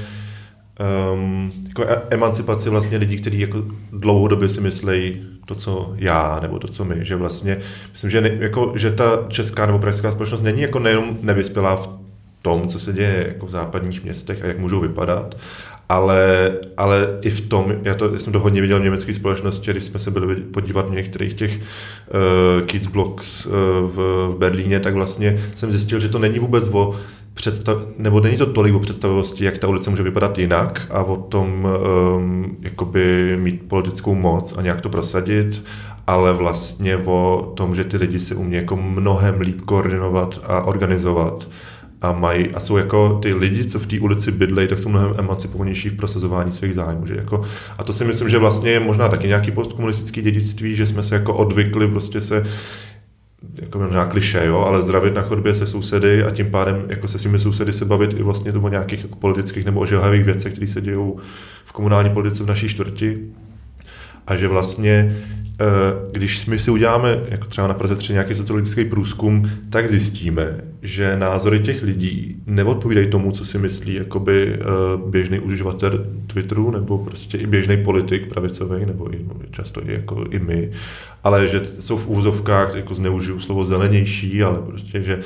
um, jako emancipaci vlastně lidí, kteří jako dlouhodobě si myslejí to, co já, nebo to, co my, že vlastně myslím, že, ne, jako, že ta česká nebo pražská společnost není jako nejenom nevyspělá v tom, co se děje jako v západních městech a jak můžou vypadat, ale, ale i v tom, já, to, já jsem to hodně viděl v německé společnosti, když jsme se byli podívat v některých těch uh, kids blocks uh, v, v Berlíně, tak vlastně jsem zjistil, že to není vůbec o představ, nebo není to tolik o představivosti, jak ta ulice může vypadat jinak a o tom um, jakoby mít politickou moc a nějak to prosadit, ale vlastně o tom, že ty lidi se umí jako mnohem líp koordinovat a organizovat. A, mají, a jsou jako ty lidi, co v té ulici bydlejí, tak jsou mnohem emancipovanější v prosazování svých zájmů. Že jako, a to si myslím, že vlastně je možná taky nějaký postkomunistický dědictví, že jsme se jako odvykli prostě se, jako možná klišé, jo, ale zdravit na chodbě se sousedy a tím pádem jako se svými sousedy se bavit i vlastně o nějakých jako politických nebo ožehavých věcech, které se dějou v komunální politice v naší čtvrti. A že vlastně když my si uděláme, jako třeba na Praze tři, nějaký sociologický průzkum, tak zjistíme, že názory těch lidí neodpovídají tomu, co si myslí jakoby běžný uživatel Twitteru nebo prostě i běžný politik pravicový, nebo i, no, často i, jako i my, ale že jsou v úvozovkách, jako zneužiju slovo zelenější, ale prostě, že,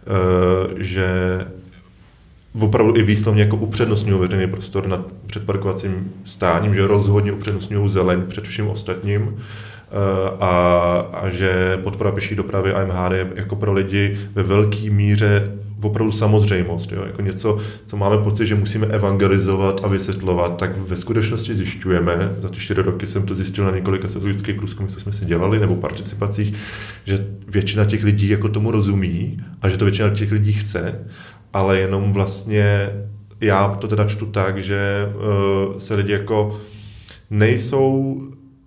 že opravdu i výslovně jako upřednostňují veřejný prostor nad předparkovacím stáním, že rozhodně upřednostňují zeleň před vším ostatním. A, a že podpora pěší dopravy a M H D je jako pro lidi ve velké míře opravdu samozřejmost. Jo? Jako něco, co máme pocit, že musíme evangelizovat a vysvětlovat, tak ve skutečnosti zjišťujeme, za ty čtyři roky jsem to zjistil na několika sociologických průzkumech, co jsme si dělali, nebo participacích, že většina těch lidí jako tomu rozumí a že to většina těch lidí chce, ale jenom vlastně já to teda čtu tak, že uh, se lidi jako nejsou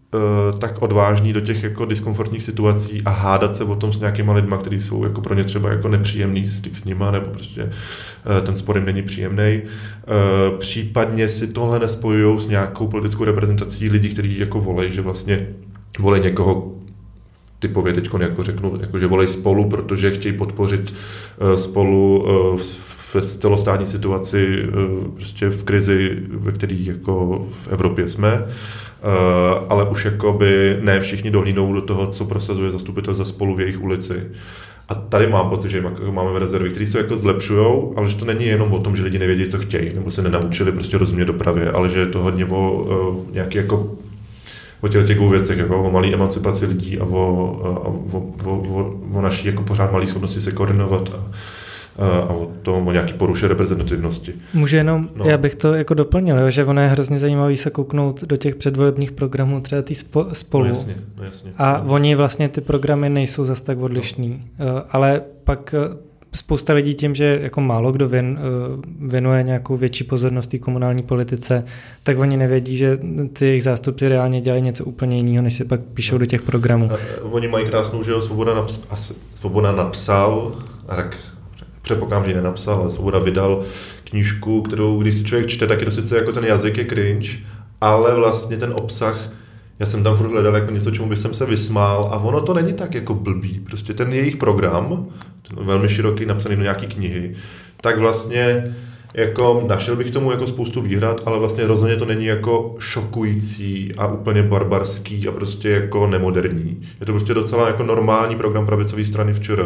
tak odvážní do těch jako diskomfortních situací a hádat se o tom s nějakýma lidma, kteří jsou jako pro ně třeba jako nepříjemný styk s nima, nebo prostě ten spor jim není příjemný. Případně si tohle nespojují s nějakou politickou reprezentací lidí, kteří jako volej, že vlastně volej někoho typově teď jako řeknu, jako že volej Spolu, protože chtějí podpořit Spolu v celostátní situaci, prostě v krizi, ve které jako v Evropě jsme. Uh, ale už jakoby ne všichni dohlídnou do toho, co prosazuje zastupitel za Spolu v jejich ulici. A tady mám pocit, že máme v rezervy, které se jako zlepšujou, ale že to není jenom o tom, že lidi nevědí, co chtějí, nebo se nenaučili prostě rozumět dopravě, ale že je to hodně o uh, nějaký jako o těch dvou věcech, jako o malé emancipaci lidí a o, a o, o, o, o naší jako pořád malé schopnosti se koordinovat a a o tom, o nějaký poruše reprezentativnosti. Může jenom, no. Já bych to jako doplnil, že ono je hrozně zajímavý se kouknout do těch předvolebních programů třeba tý spo, Spolu. No jasně, no jasně. A no. Oni vlastně ty programy nejsou zas tak odlišný. No. Ale pak spousta lidí tím, že jako málo kdo věn, věnuje nějakou větší pozornost té komunální politice, tak oni nevědí, že ty jejich zástupci reálně dělají něco úplně jiného, než si pak píšou no. do těch programů. A oni mají krásnou, že jo, Svoboda, naps- Svoboda napsal, a tak předpokládám, že ji nenapsal, ale Svoboda vydal knížku, kterou, když si člověk čte, tak je to sice jako ten jazyk je cringe, ale vlastně ten obsah, já jsem tam furt hledal jako něco, čemu bych jsem se vysmál a ono to není tak jako blbý. Prostě ten jejich program, ten velmi široký, napsaný do nějaký knihy, tak vlastně jako našel bych tomu jako spoustu výhrad, ale vlastně rozhodně to není jako šokující a úplně barbarský a prostě jako nemoderní. Je to prostě docela jako normální program pravicové strany včera.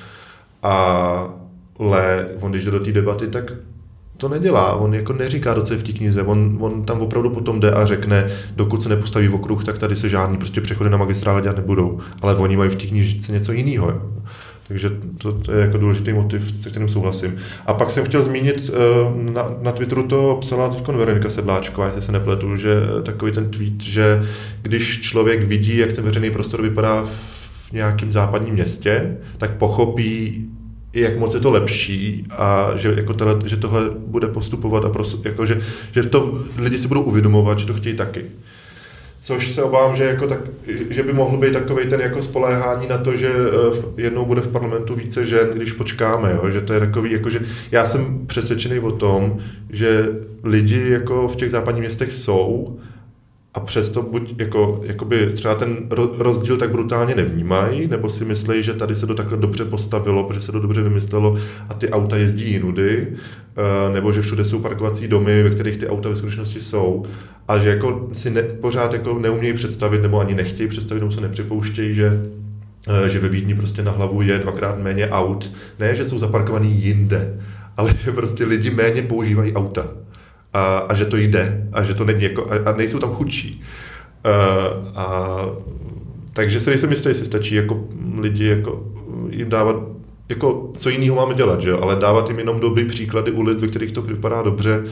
A ale on, když jde do té debaty, tak to nedělá. On jako neříká, co je v té knize. On, on tam opravdu potom jde a řekne, dokud se nepostaví v okruh, tak tady se žádný prostě přechody na magistrále dělat nebudou. Ale oni mají v té knižce něco jiného. Jo. Takže to, to je jako důležitý motiv, se kterým souhlasím. A pak jsem chtěl zmínit, na, na Twitteru to psala teď Veronika Sedláčková, jestli se nepletu, že takový ten tweet, že když člověk vidí, jak ten veřejný prostor vypadá v nějakém západním městě, tak pochopí, jak moc je to lepší a že, jako tohle, že tohle bude postupovat a pros, jako že, že to lidi si budou uvědomovat, že to chtějí taky. Což se obávám, že, jako tak, že by mohl být takovej ten jako spoléhání na to, že jednou bude v parlamentu více žen, když počkáme, jo? Že to je takový, jako, že já jsem přesvědčený o tom, že lidi jako v těch západních městech jsou a přesto buď jako, jakoby třeba ten rozdíl tak brutálně nevnímají, nebo si myslí, že tady se to takhle dobře postavilo, protože se to dobře vymyslelo a ty auta jezdí jinudy, nebo že všude jsou parkovací domy, ve kterých ty auta ve skutečnosti jsou, a že jako si ne, pořád jako neumějí představit, nebo ani nechtějí představit, nebo se nepřipouštějí, že že ve Vídni prostě na hlavu je dvakrát méně aut. Ne, že jsou zaparkovaný jinde, ale že prostě lidi méně používají auta. A, a že to jde, a že to není jako, a, a nejsou tam chudší. A, a, takže se nejsem jistý, jestli stačí jako lidi jako jim dávat, jako co jiného máme dělat, že jo? Ale dávat jim jenom dobrý příklady ulic, ve kterých to vypadá dobře,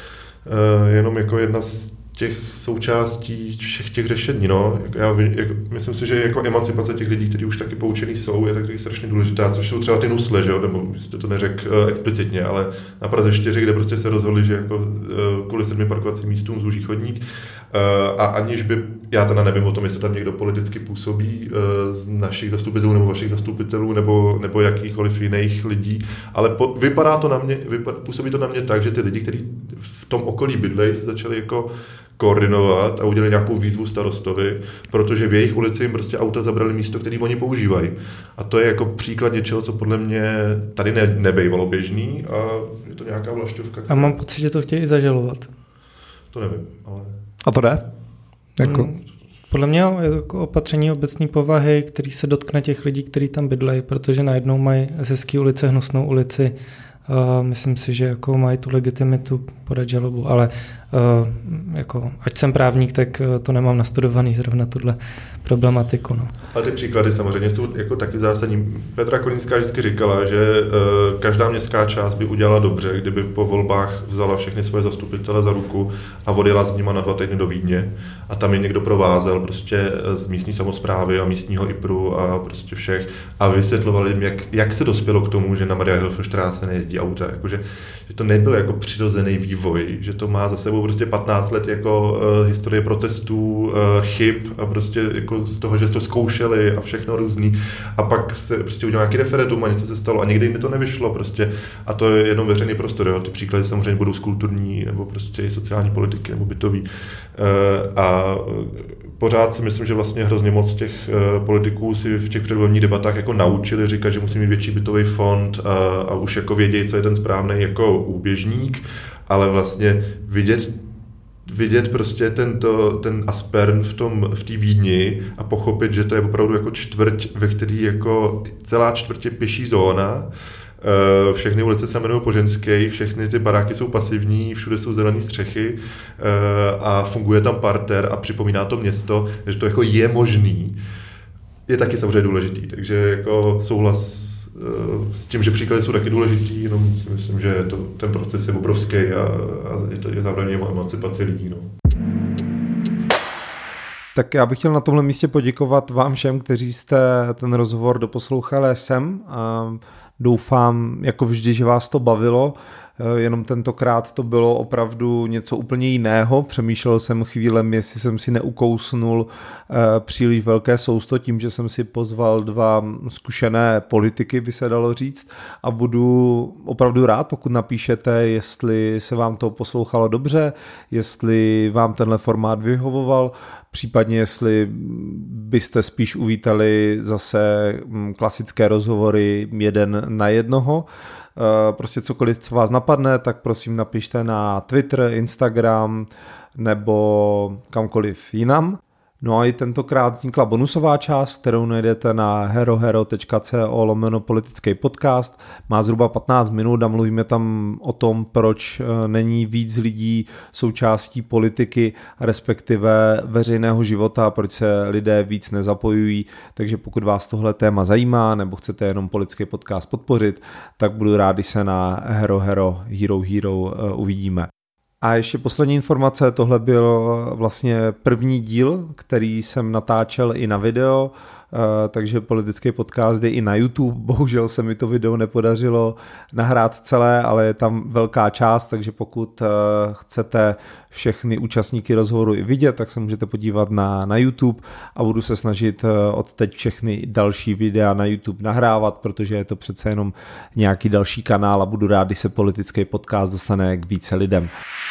jenom jako jedna z těch součástí všech těch řešení. No. Já jako, myslím si, že jako emancipace těch lidí, kteří už taky poučený jsou, je taky strašně důležitá, což jsou třeba ty nusle, že jo? Nebo jste to neřekl uh, explicitně, ale na Praze čtyři, kde prostě se rozhodli, že jako uh, kvůli sedmi parkovacím místům zúží chodník, uh, a aniž by, já teda nevím o tom, jestli tam někdo politicky působí uh, z našich zastupitelů nebo vašich zastupitelů nebo, nebo jakýchkoliv jiných lidí, ale po, vypadá to na mě, vypadá, působí to na mě tak, že ty lidi, kteří v tom okolí bydlejí, se začali jako koordinovat a udělali nějakou výzvu starostovi, protože v jejich ulici jim prostě auta zabrali místo, které oni používají. A to je jako příklad něčeho, co podle mě tady ne, nebejvalo běžný a je to nějaká vlašťovka. A mám pocit, že to chtějí i zažalovat. To nevím, ale... A to jde? Jako... Hmm. Podle mě je jako opatření obecné povahy, který se dotkne těch lidí, kteří tam bydlejí, protože najednou mají z hezký ulice hnusnou ulici. Uh, myslím si, že jako mají tu legitimitu podat žalobu, ale uh, jako, ať jsem právník, tak uh, to nemám nastudovaný zrovna tuhle problematiku. No. Ale ty příklady samozřejmě jsou jako taky zásadní. Petra Kolínská vždycky říkala, že uh, každá městská část by udělala dobře, kdyby po volbách vzala všechny svoje zastupitele za ruku a odjela s nima na dva týdny do Vídně a tam je někdo provázel prostě z místní samosprávy a místního I P R U a prostě všech a vysvětlovali jim, jak, jak se dospělo k tomu, že na Mariahilferstraße nejezdí auta, jakože, že to nebyl jako přirozený vývoj, že to má za sebou prostě patnáct let jako uh, historie protestů, uh, chyb a prostě jako z toho, že to zkoušeli a všechno různý a pak se prostě udělal nějaký referendum a něco se stalo a někdy jim to nevyšlo prostě a to je jenom veřejný prostor, jo. Ty příklady samozřejmě budou z kulturní nebo prostě i sociální politiky nebo bytový uh, a pořád si myslím, že vlastně hrozně moc těch uh, politiků si v těch předvolebních debatách jako naučili říkat, že musí mít větší bytový fond a, a už jako vědějí, co je ten správný jako úběžník, ale vlastně vidět, vidět prostě tento, ten Aspern v tom, v té Vídni a pochopit, že to je opravdu jako čtvrť, ve který jako celá čtvrtě pěší zóna. Všechny ulice se jmenují po ženské, všechny ty baráky jsou pasivní, všude jsou zelené střechy a funguje tam parter a připomíná to město, že to jako je možný, je taky samozřejmě důležitý. Takže jako souhlas s tím, že příklady jsou taky důležitý, jenom si myslím, že to, ten proces je obrovský a, a je to je zároveň o emancipaci lidí. No. Tak já bych chtěl na tomhle místě poděkovat vám všem, kteří jste ten rozhovor doposlouchali až sem. A doufám, jako vždy, že vás to bavilo. Jenom tentokrát to bylo opravdu něco úplně jiného. Přemýšlel jsem chvílem, jestli jsem si neukousnul příliš velké sousto tím, že jsem si pozval dva zkušené politiky, by se dalo říct. A budu opravdu rád, pokud napíšete, jestli se vám to poslouchalo dobře, jestli vám tenhle formát vyhovoval, případně jestli byste spíš uvítali zase klasické rozhovory jeden na jednoho. Prostě cokoliv, co vás napadne, tak prosím napište na Twitter, Instagram nebo kamkoliv jinam. No a i tentokrát vznikla bonusová část, kterou najdete na herohero tečka co lomeno politický podcast. Má zhruba patnáct minut a mluvíme tam o tom, proč není víc lidí součástí politiky, respektive veřejného života, proč se lidé víc nezapojují. Takže pokud vás tohle téma zajímá nebo chcete jenom politický podcast podpořit, tak budu rád, když se na Hero Hero Hero Hero uvidíme. A ještě poslední informace, tohle byl vlastně první díl, který jsem natáčel i na video. takže politický podcast je i na YouTube. Bohužel se mi to video nepodařilo nahrát celé, ale je tam velká část, takže pokud chcete všechny účastníky rozhovoru i vidět, tak se můžete podívat na, na YouTube a budu se snažit od teď všechny další videa na YouTube nahrávat, protože je to přece jenom nějaký další kanál a budu rád, když se politický podcast dostane k více lidem.